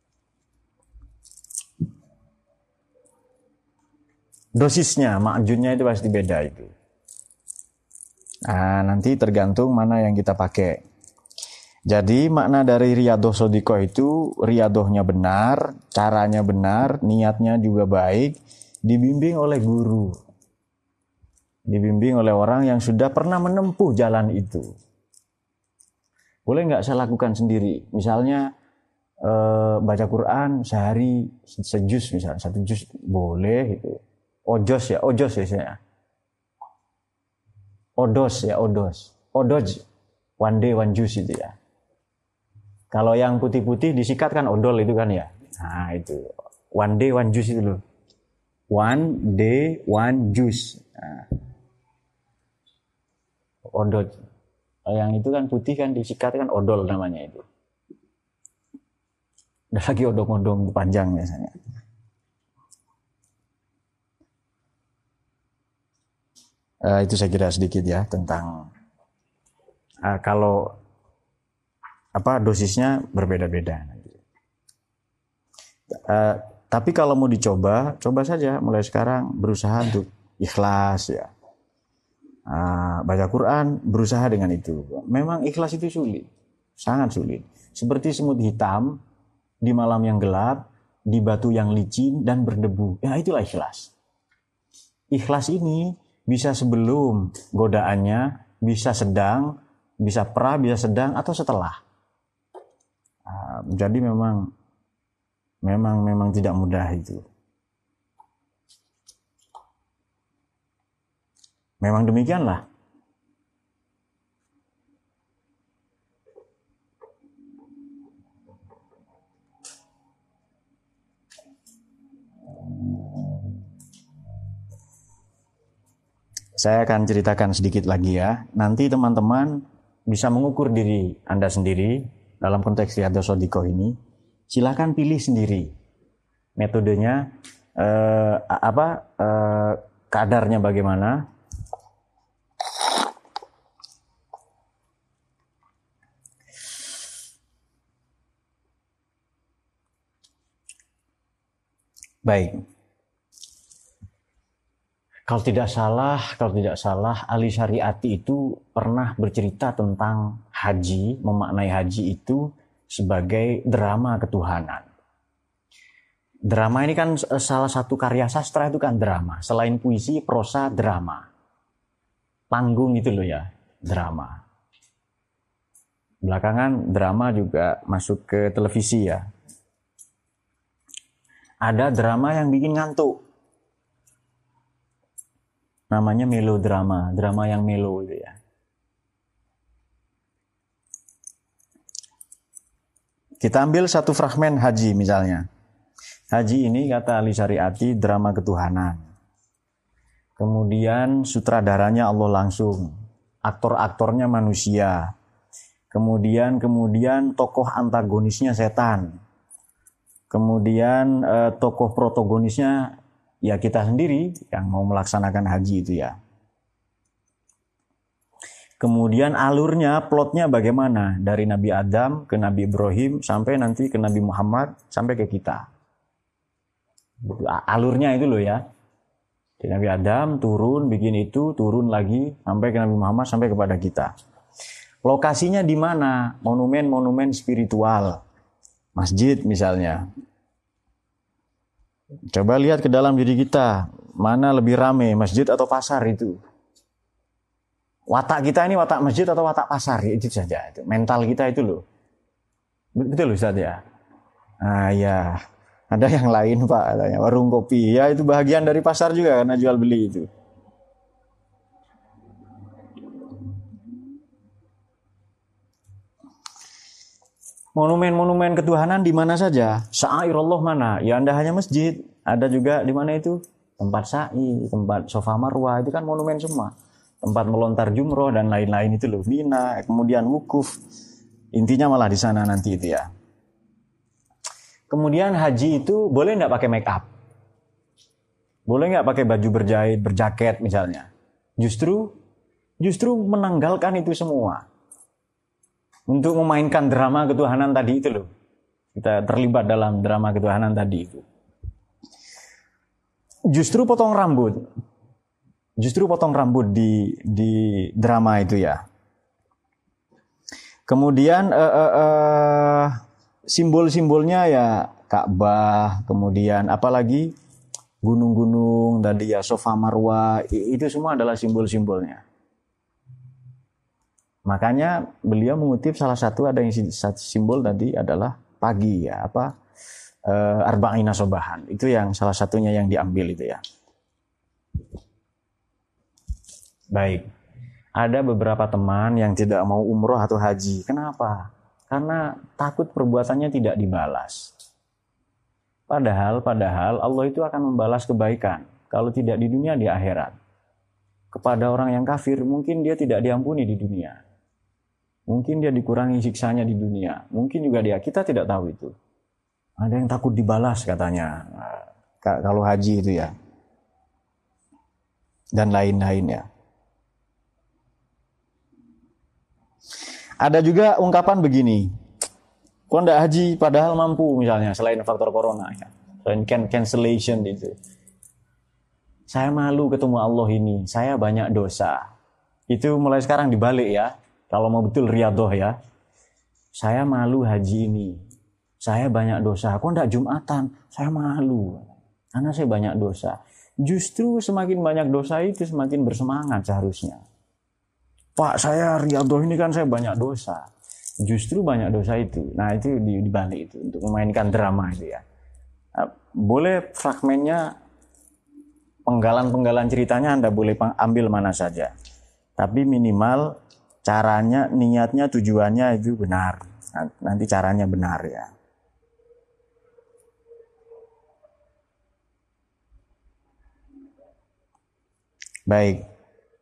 Speaker 1: Dosisnya, makjunnya itu pasti beda itu. Nah, nanti tergantung mana yang kita pakai. Jadi makna dari Riyadhos Shodiqoh itu, riyadohnya benar, caranya benar, niatnya juga baik, dibimbing oleh guru. Dibimbing oleh orang yang sudah pernah menempuh jalan itu. Boleh nggak saya lakukan sendiri? Misalnya baca Quran sehari sejuz misalnya, 1 juz boleh itu. Ojos ya saya. Odos. One day one juz itu ya. Kalau yang putih-putih disikat kan odol itu kan ya. Nah itu. One day one juz itu loh. One day one juz. Nah. Odol. Yang itu kan putih kan disikat kan odol namanya itu. Ada lagi odong-odong panjang biasanya. Itu saya kira sedikit ya tentang kalau dosisnya berbeda-beda. Tapi kalau mau dicoba, coba saja mulai sekarang berusaha untuk ikhlas ya. Baca Quran berusaha dengan itu. Memang ikhlas itu sulit, sangat sulit. Seperti semut hitam di malam yang gelap, di batu yang licin dan berdebu. Ya itulah ikhlas. Ikhlas ini bisa sebelum godaannya, bisa sedang, bisa pra, bisa sedang, atau setelah. Jadi memang tidak mudah itu. Memang demikianlah. Saya akan ceritakan sedikit lagi ya. Nanti teman-teman bisa mengukur diri Anda sendiri dalam konteks Riyadhos Shadiqah ini. Silakan pilih sendiri metodenya, kadarnya bagaimana. Baik. Kalau tidak salah, Ali Syariati itu pernah bercerita tentang haji, memaknai haji itu sebagai drama ketuhanan. Drama ini kan salah satu karya sastra itu kan drama. Selain puisi, prosa, drama. Panggung itu loh ya, drama. Belakangan drama juga masuk ke televisi ya. Ada drama yang bikin ngantuk. Namanya melodrama, drama yang melo itu ya. Kita ambil satu fragmen haji misalnya. Haji ini kata Ali Syariati drama ketuhanan. Kemudian sutradaranya Allah langsung. Aktor-aktornya manusia. Kemudian tokoh antagonisnya setan. Kemudian tokoh protagonisnya ya kita sendiri yang mau melaksanakan haji itu ya. Kemudian alurnya, plotnya bagaimana? Dari Nabi Adam ke Nabi Ibrahim sampai nanti ke Nabi Muhammad sampai ke kita. Alurnya itu loh ya. Dari Nabi Adam turun bikin itu, turun lagi sampai ke Nabi Muhammad sampai kepada kita. Lokasinya di mana? Monumen-monumen spiritual. Masjid misalnya. Coba lihat ke dalam diri kita, mana lebih ramai, masjid atau pasar itu. Watak kita ini watak masjid atau watak pasar, itu saja. Mental kita itu loh. Betul Ustaz ya? Ah ya, ada yang lain Pak, katanya warung kopi. Ya itu bahagian dari pasar juga karena jual beli itu. Monumen-monumen ketuhanan di mana saja? Sa'airullah mana? Ya Anda hanya masjid. Ada juga di mana itu? Tempat sa'i, tempat Safa Marwah, itu kan monumen semua. Tempat melontar jumroh dan lain-lain itu loh. Mina, kemudian wukuf. Intinya malah di sana nanti itu ya. Kemudian haji itu boleh nggak pakai make up? Boleh nggak pakai baju berjahit, berjaket misalnya? Justru menanggalkan itu semua. Untuk memainkan drama ketuhanan tadi itu loh. Kita terlibat dalam drama ketuhanan tadi itu. Justru potong rambut di drama itu ya. Kemudian simbol-simbolnya ya Ka'bah, kemudian apalagi gunung-gunung tadi ya, Safa Marwah, itu semua adalah simbol-simbolnya. Makanya beliau mengutip salah satu ada yang simbol tadi adalah pagi ya, arba'ina sobahan. Itu yang salah satunya yang diambil itu ya. Baik. Ada beberapa teman yang tidak mau umroh atau haji. Kenapa? Karena takut perbuatannya tidak dibalas. Padahal Allah itu akan membalas kebaikan. Kalau tidak di dunia, di akhirat. Kepada orang yang kafir, mungkin dia tidak diampuni di dunia. Mungkin dia dikurangi siksanya di dunia. Mungkin juga kita tidak tahu itu. Ada yang takut dibalas katanya. Kalau haji itu ya. Dan lain-lain ya. Ada juga ungkapan begini. Kok enggak haji padahal mampu misalnya. Selain faktor corona ya. Selain cancellation itu. Saya malu ketemu Allah ini. Saya banyak dosa. Itu mulai sekarang dibalik ya. Kalau mau betul riyadhah ya. Saya malu haji ini. Saya banyak dosa. Kok enggak Jumatan? Saya malu. Karena saya banyak dosa. Justru semakin banyak dosa itu semakin bersemangat seharusnya. Pak, saya riyadhah ini kan saya banyak dosa. Justru banyak dosa itu. Nah itu dibalik itu. Untuk memainkan drama itu ya. Boleh fragmennya, penggalan-penggalan ceritanya Anda boleh ambil mana saja. Tapi minimal caranya, niatnya, tujuannya itu benar. Nanti caranya benar ya. Baik.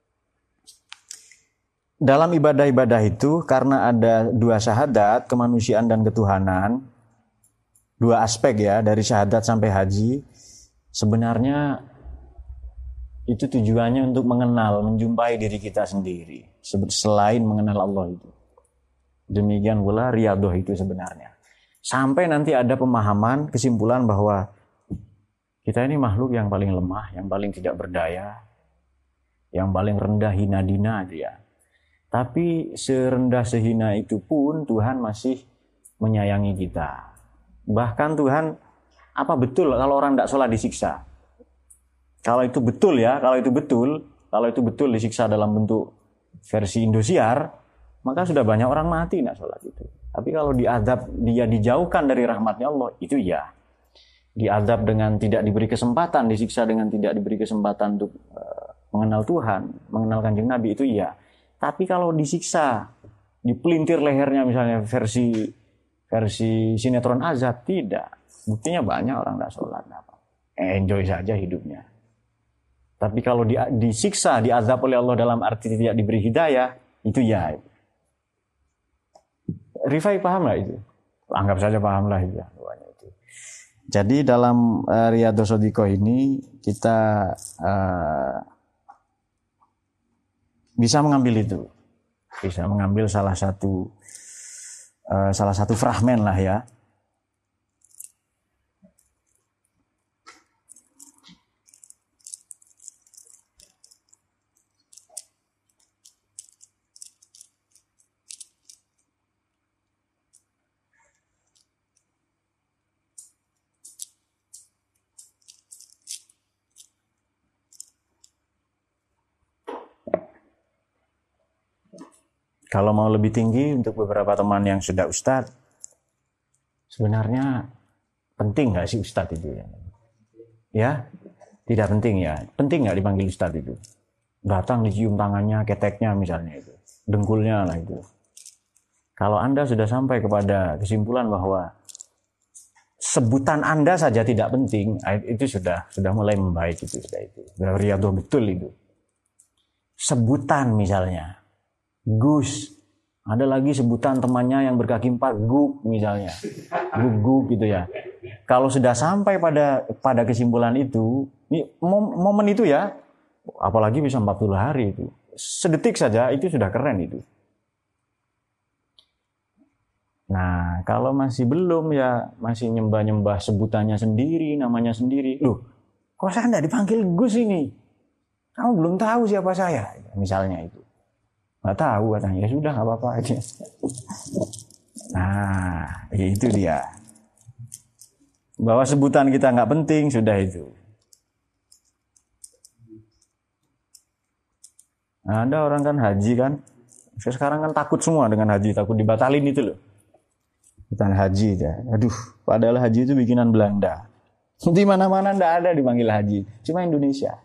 Speaker 1: dalam ibadah-ibadah itu karena ada dua syahadat, kemanusiaan dan ketuhanan, dua aspek ya, dari syahadat sampai haji, sebenarnya itu tujuannya untuk mengenal, menjumpai diri kita sendiri, selain mengenal Allah itu. Demikian pula riyadhah itu sebenarnya. Sampai nanti ada pemahaman, kesimpulan bahwa kita ini makhluk yang paling lemah, yang paling tidak berdaya, yang paling rendah hina dina itu ya. Tapi serendah sehina itu pun Tuhan masih menyayangi kita. Bahkan Tuhan, apa betul kalau orang tidak sholat disiksa? Kalau itu betul ya, kalau itu betul disiksa dalam bentuk versi Indosiar, maka sudah banyak orang mati tidak sholat itu. Tapi kalau diazab, dia dijauhkan dari rahmatnya Allah, itu ya. Diazab dengan tidak diberi kesempatan, disiksa dengan tidak diberi kesempatan untuk mengenal Tuhan, mengenal Kanjeng Nabi, itu ya. Tapi kalau disiksa, dipelintir lehernya misalnya versi sinetron azab, tidak. Buktinya banyak orang tidak sholat. Enjoy saja hidupnya. Tapi kalau disiksa, diazab oleh Allah dalam arti tidak diberi hidayah, itu ya. Rifai paham lah itu? Anggap saja paham lah itu. Jadi dalam Riyadhus Shadiqah ini kita bisa mengambil itu. Bisa mengambil salah satu fragmen lah ya. Kalau mau lebih tinggi untuk beberapa teman yang sudah ustadz, sebenarnya penting nggak sih ustadz itu ya? Ya, tidak penting ya. Penting nggak dipanggil ustadz itu? Datang dicium tangannya, keteknya misalnya itu, dengkulnya lah itu. Kalau Anda sudah sampai kepada kesimpulan bahwa sebutan Anda saja tidak penting, itu sudah mulai membaik itu. Riyadhah betul itu. Sebutan misalnya. Gus, ada lagi sebutan temannya yang berkaki 4, Guk misalnya, Guk gitu ya. Kalau sudah sampai pada kesimpulan itu, ini momen itu ya, apalagi bisa 40 hari itu, sedetik saja itu sudah keren itu. Nah, kalau masih belum ya, masih nyembah-nyembah sebutannya sendiri, namanya sendiri. Loh, kok saya tidak dipanggil Gus ini? Kamu belum tahu siapa saya, misalnya itu. Nggak tahu katanya, ya sudah nggak apa-apa aja. Nah, itu dia. Bahwa sebutan kita nggak penting, sudah itu. Nah, ada orang kan haji kan, sekarang kan takut semua dengan haji, takut dibatalin itu loh. Bukan haji ya. Aduh, padahal haji itu bikinan Belanda. Di mana-mana nggak ada dipanggil haji, cuma Indonesia.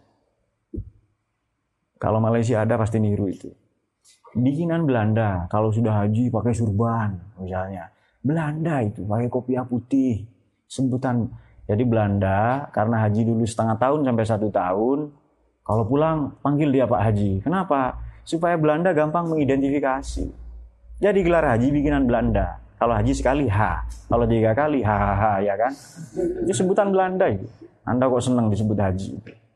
Speaker 1: Kalau Malaysia ada pasti niru itu. Bikinan Belanda, kalau sudah haji pakai surban misalnya. Belanda itu pakai kopiah putih. Sebutan. Jadi Belanda karena haji dulu setengah tahun sampai 1 tahun, kalau pulang panggil dia Pak Haji. Kenapa? Supaya Belanda gampang mengidentifikasi. Jadi gelar haji bikinan Belanda. Kalau haji sekali H, kalau 3 kali ha ya kan? Itu sebutan Belanda itu. Anda kok senang disebut haji?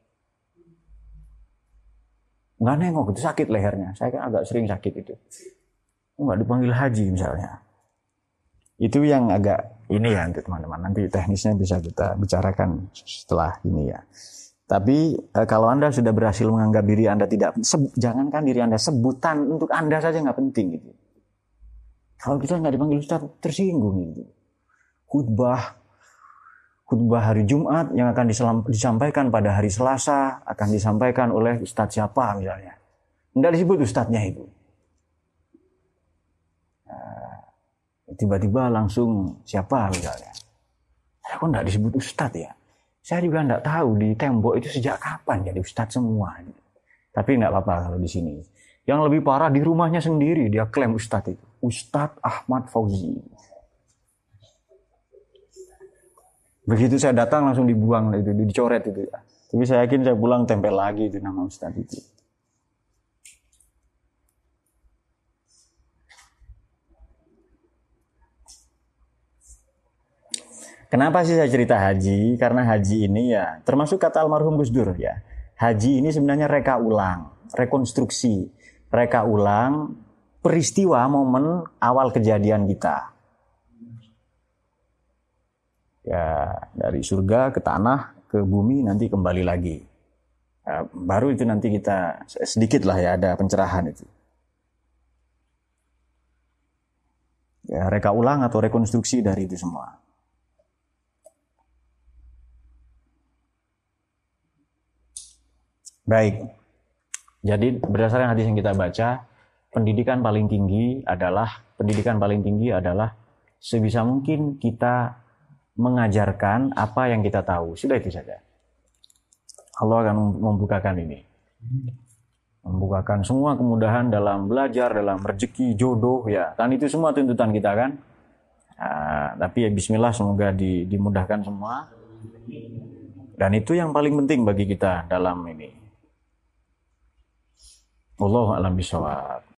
Speaker 1: Nggak nengok, itu sakit lehernya. Saya kan agak sering sakit itu. Nggak dipanggil haji misalnya. Itu yang agak ini ya untuk teman-teman. Nanti teknisnya bisa kita bicarakan setelah ini ya. Tapi kalau Anda sudah berhasil menganggap diri Anda tidak, jangankan diri Anda, sebutan untuk Anda saja nggak penting gitu. Kalau kita nggak dipanggil Ustaz, tersinggung gitu. Khutbah hari Jumat yang akan disampaikan pada hari Selasa akan disampaikan oleh Ustadz siapa misalnya. Tidak disebut Ustadznya itu. Tiba-tiba langsung siapa misalnya. Kok tidak disebut Ustadz ya? Saya juga tidak tahu di tembok itu sejak kapan jadi Ustadz semua. Tapi tidak apa-apa kalau di sini. Yang lebih parah di rumahnya sendiri dia klaim Ustadz itu. Ustadz Ahmad Fauzi. Begitu saya datang langsung dibuang itu, dicoret itu ya. Tapi saya yakin saya pulang tempel lagi itu nama Ustadz itu. Kenapa sih saya cerita haji? Karena haji ini ya termasuk kata almarhum Gus Dur ya. Haji ini sebenarnya reka ulang, rekonstruksi, reka ulang peristiwa momen awal kejadian kita. Ya dari surga ke tanah, ke bumi, nanti kembali lagi. Ya, baru itu nanti kita sedikit lah ya ada pencerahan itu. Ya, reka ulang atau rekonstruksi dari itu semua. Baik, jadi berdasarkan hadis yang kita baca, pendidikan paling tinggi adalah sebisa mungkin kita mengajarkan apa yang kita tahu. Sudah itu saja. Allah akan membukakan ini. Membukakan semua kemudahan dalam belajar, dalam rezeki, jodoh, ya. Kan itu semua tuntutan kita kan. Tapi ya bismillah semoga dimudahkan semua. Dan itu yang paling penting bagi kita dalam ini. Wallahu a'lam bishawab.